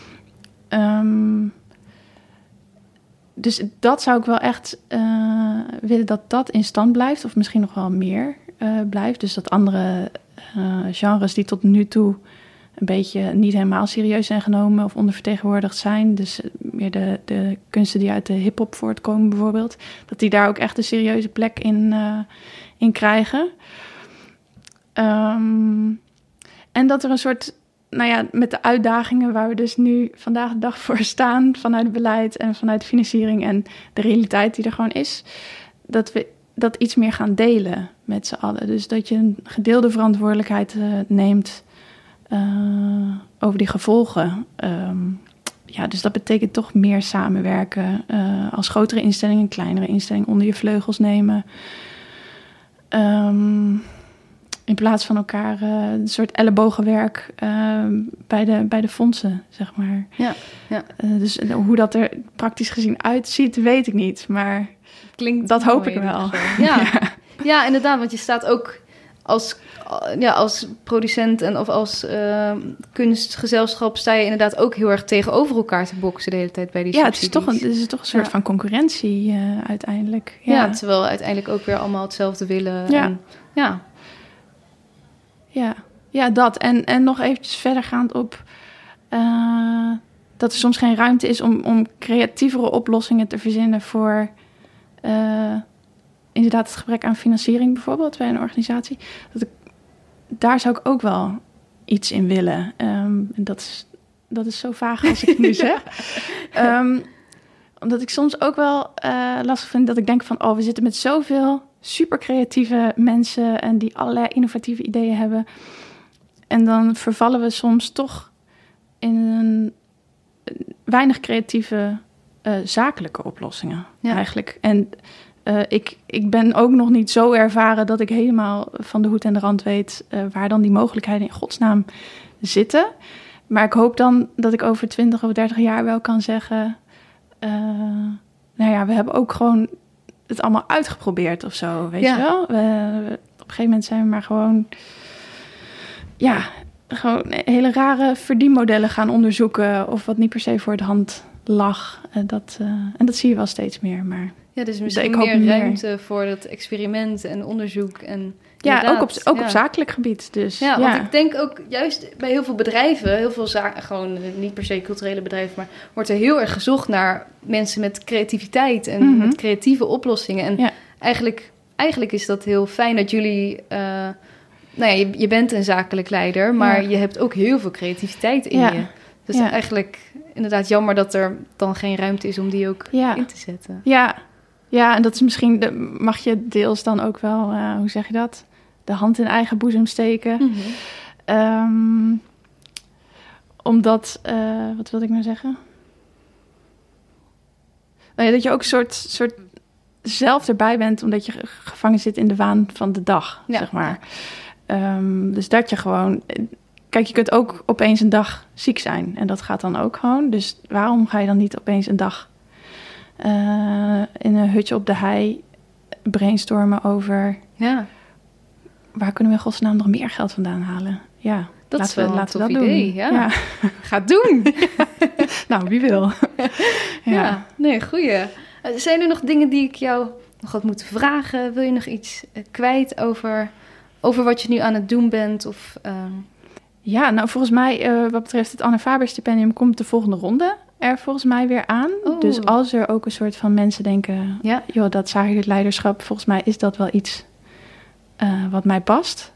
Dus dat zou ik wel echt willen dat in stand blijft. Of misschien nog wel meer blijft. Dus dat andere genres die tot nu toe een beetje niet helemaal serieus zijn genomen of ondervertegenwoordigd zijn. Dus meer de kunsten die uit de hiphop voortkomen bijvoorbeeld. Dat die daar ook echt een serieuze plek in krijgen. En dat er een soort, met de uitdagingen waar we dus nu vandaag de dag voor staan, vanuit het beleid en vanuit de financiering en de realiteit die er gewoon is, dat we dat iets meer gaan delen met z'n allen. Dus dat je een gedeelde verantwoordelijkheid neemt over die gevolgen. Dus dat betekent toch meer samenwerken. Als grotere instellingen, kleinere instellingen onder je vleugels nemen. In plaats van elkaar een soort ellebogenwerk bij de fondsen, zeg maar. Ja. Dus hoe dat er praktisch gezien uitziet, weet ik niet. Maar dat hoop ik wel. Ja, inderdaad. Want je staat ook als producent of als kunstgezelschap sta je inderdaad ook heel erg tegenover elkaar te boksen de hele tijd bij die subsidies. Het is toch een soort van concurrentie uiteindelijk. Ja, terwijl we uiteindelijk ook weer allemaal hetzelfde willen. Ja, dat. En nog eventjes verdergaand op dat er soms geen ruimte is om creatievere oplossingen te verzinnen voor inderdaad het gebrek aan financiering bijvoorbeeld bij een organisatie. Daar zou ik ook wel iets in willen. En dat is zo vaag als ik het nu zeg. Omdat ik soms ook wel lastig vind dat ik denk van, we zitten met zoveel super creatieve mensen en die allerlei innovatieve ideeën hebben. En dan vervallen we soms toch in een weinig creatieve zakelijke oplossingen eigenlijk. En ik ben ook nog niet zo ervaren dat ik helemaal van de hoed en de rand weet waar dan die mogelijkheden in godsnaam zitten. Maar ik hoop dan dat ik over 20 of 30 jaar wel kan zeggen... we hebben ook gewoon het allemaal uitgeprobeerd of zo, weet je wel? Op een gegeven moment zijn we maar gewoon hele rare verdienmodellen gaan onderzoeken... of wat niet per se voor de hand lag. En dat zie je wel steeds meer, maar... Ja, dus misschien meer ruimte voor dat experiment en onderzoek. En ook op zakelijk gebied. Dus, want ik denk ook juist bij heel veel bedrijven... heel veel gewoon niet per se culturele bedrijven... maar wordt er heel erg gezocht naar mensen met creativiteit... en met creatieve oplossingen. En eigenlijk is dat heel fijn dat jullie... je bent een zakelijk leider... maar je hebt ook heel veel creativiteit in je. Dus eigenlijk inderdaad jammer dat er dan geen ruimte is... om die ook in te zetten. Ja, en dat is misschien... mag je deels dan ook wel... hoe zeg je dat? De hand in eigen boezem steken. Omdat... wat wilde ik nou zeggen? Dat je ook een soort zelf erbij bent... omdat je gevangen zit in de waan van de dag, zeg maar. Dus dat je gewoon... Kijk, je kunt ook opeens een dag ziek zijn. En dat gaat dan ook gewoon. Dus waarom ga je dan niet opeens een dag... in een hutje op de hei brainstormen over... waar kunnen we in godsnaam nog meer geld vandaan halen? Ja, dat is wel een tof idee. Ja. Ga doen! Nou, wie wil? Goeie. Zijn er nog dingen die ik jou nog had moeten vragen? Wil je nog iets kwijt over wat je nu aan het doen bent? Of, Ja, nou volgens mij wat betreft het Anne Faber stipendium... komt de volgende ronde er volgens mij weer aan. Oh. Dus als er ook een soort van mensen denken... joh, dat zakelijk leiderschap... volgens mij is dat wel iets wat mij past.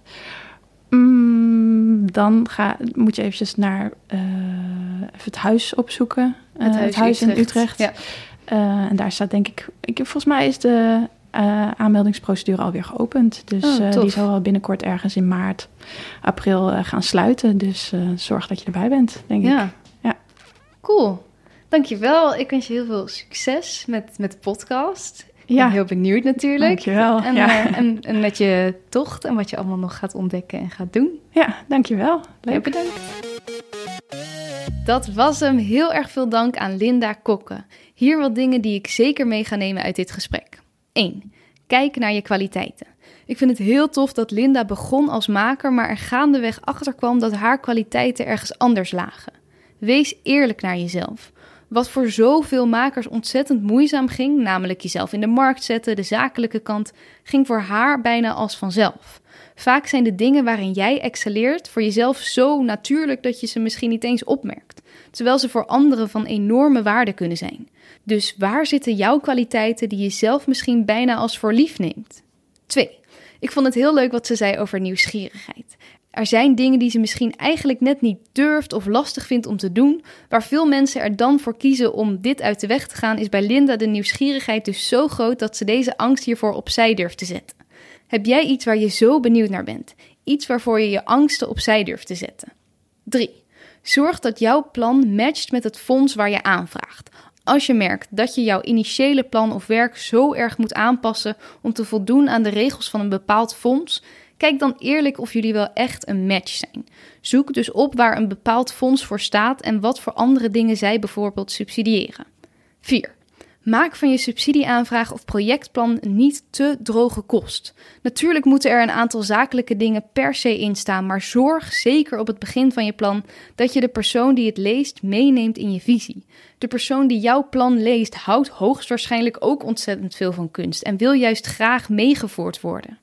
Dan moet je eventjes naar even het huis opzoeken. Het huis in Utrecht. Ja. En daar staat denk ik... Volgens mij is de aanmeldingsprocedure alweer geopend. Dus die zal wel binnenkort ergens in maart, april gaan sluiten. Dus zorg dat je erbij bent, denk ik. Ja. Cool. Dankjewel. Ik wens je heel veel succes met de podcast. Ik ben heel benieuwd natuurlijk. Dankjewel. En met je tocht en wat je allemaal nog gaat ontdekken en gaat doen. Ja, dankjewel. Leuk. Heel bedankt. Dat was hem. Heel erg veel dank aan Linda Kokke. Hier wat dingen die ik zeker mee ga nemen uit dit gesprek. 1. Kijk naar je kwaliteiten. Ik vind het heel tof dat Linda begon als maker, maar er gaandeweg achter kwam dat haar kwaliteiten ergens anders lagen. Wees eerlijk naar jezelf. Wat voor zoveel makers ontzettend moeizaam ging, namelijk jezelf in de markt zetten, de zakelijke kant, ging voor haar bijna als vanzelf. Vaak zijn de dingen waarin jij excelleert voor jezelf zo natuurlijk dat je ze misschien niet eens opmerkt, terwijl ze voor anderen van enorme waarde kunnen zijn. Dus waar zitten jouw kwaliteiten die je zelf misschien bijna als voor lief neemt? 2. Ik vond het heel leuk wat ze zei over nieuwsgierigheid. Er zijn dingen die ze misschien eigenlijk net niet durft of lastig vindt om te doen. Waar veel mensen er dan voor kiezen om dit uit de weg te gaan, is bij Linda de nieuwsgierigheid dus zo groot dat ze deze angst hiervoor opzij durft te zetten. Heb jij iets waar je zo benieuwd naar bent? Iets waarvoor je je angsten opzij durft te zetten? 3. Zorg dat jouw plan matcht met het fonds waar je aanvraagt. Als je merkt dat je jouw initiële plan of werk zo erg moet aanpassen om te voldoen aan de regels van een bepaald fonds, kijk dan eerlijk of jullie wel echt een match zijn. Zoek dus op waar een bepaald fonds voor staat en wat voor andere dingen zij bijvoorbeeld subsidiëren. 4. Maak van je subsidieaanvraag of projectplan niet te droge kost. Natuurlijk moeten er een aantal zakelijke dingen per se in staan, maar zorg zeker op het begin van je plan dat je de persoon die het leest meeneemt in je visie. De persoon die jouw plan leest houdt hoogstwaarschijnlijk ook ontzettend veel van kunst en wil juist graag meegevoerd worden.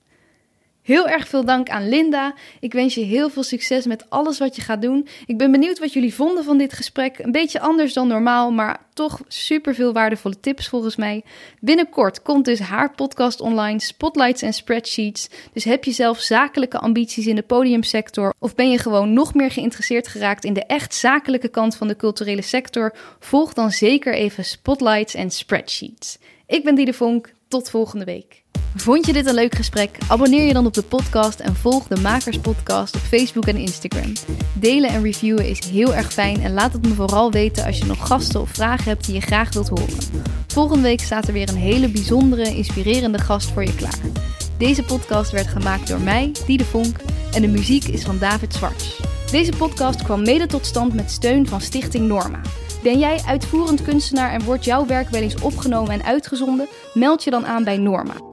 Heel erg veel dank aan Linda. Ik wens je heel veel succes met alles wat je gaat doen. Ik ben benieuwd wat jullie vonden van dit gesprek. Een beetje anders dan normaal, maar toch super veel waardevolle tips volgens mij. Binnenkort komt dus haar podcast online, Spotlights en Spreadsheets. Dus heb je zelf zakelijke ambities in de podiumsector of ben je gewoon nog meer geïnteresseerd geraakt in de echt zakelijke kant van de culturele sector? Volg dan zeker even Spotlights en Spreadsheets. Ik ben Diede Vonk. Tot volgende week. Vond je dit een leuk gesprek? Abonneer je dan op de podcast en volg de Makers Podcast op Facebook en Instagram. Delen en reviewen is heel erg fijn en laat het me vooral weten als je nog gasten of vragen hebt die je graag wilt horen. Volgende week staat er weer een hele bijzondere, inspirerende gast voor je klaar. Deze podcast werd gemaakt door mij, Diede Vonk, en de muziek is van David Zwarts. Deze podcast kwam mede tot stand met steun van Stichting Norma. Ben jij uitvoerend kunstenaar en wordt jouw werk wel eens opgenomen en uitgezonden? Meld je dan aan bij Norma.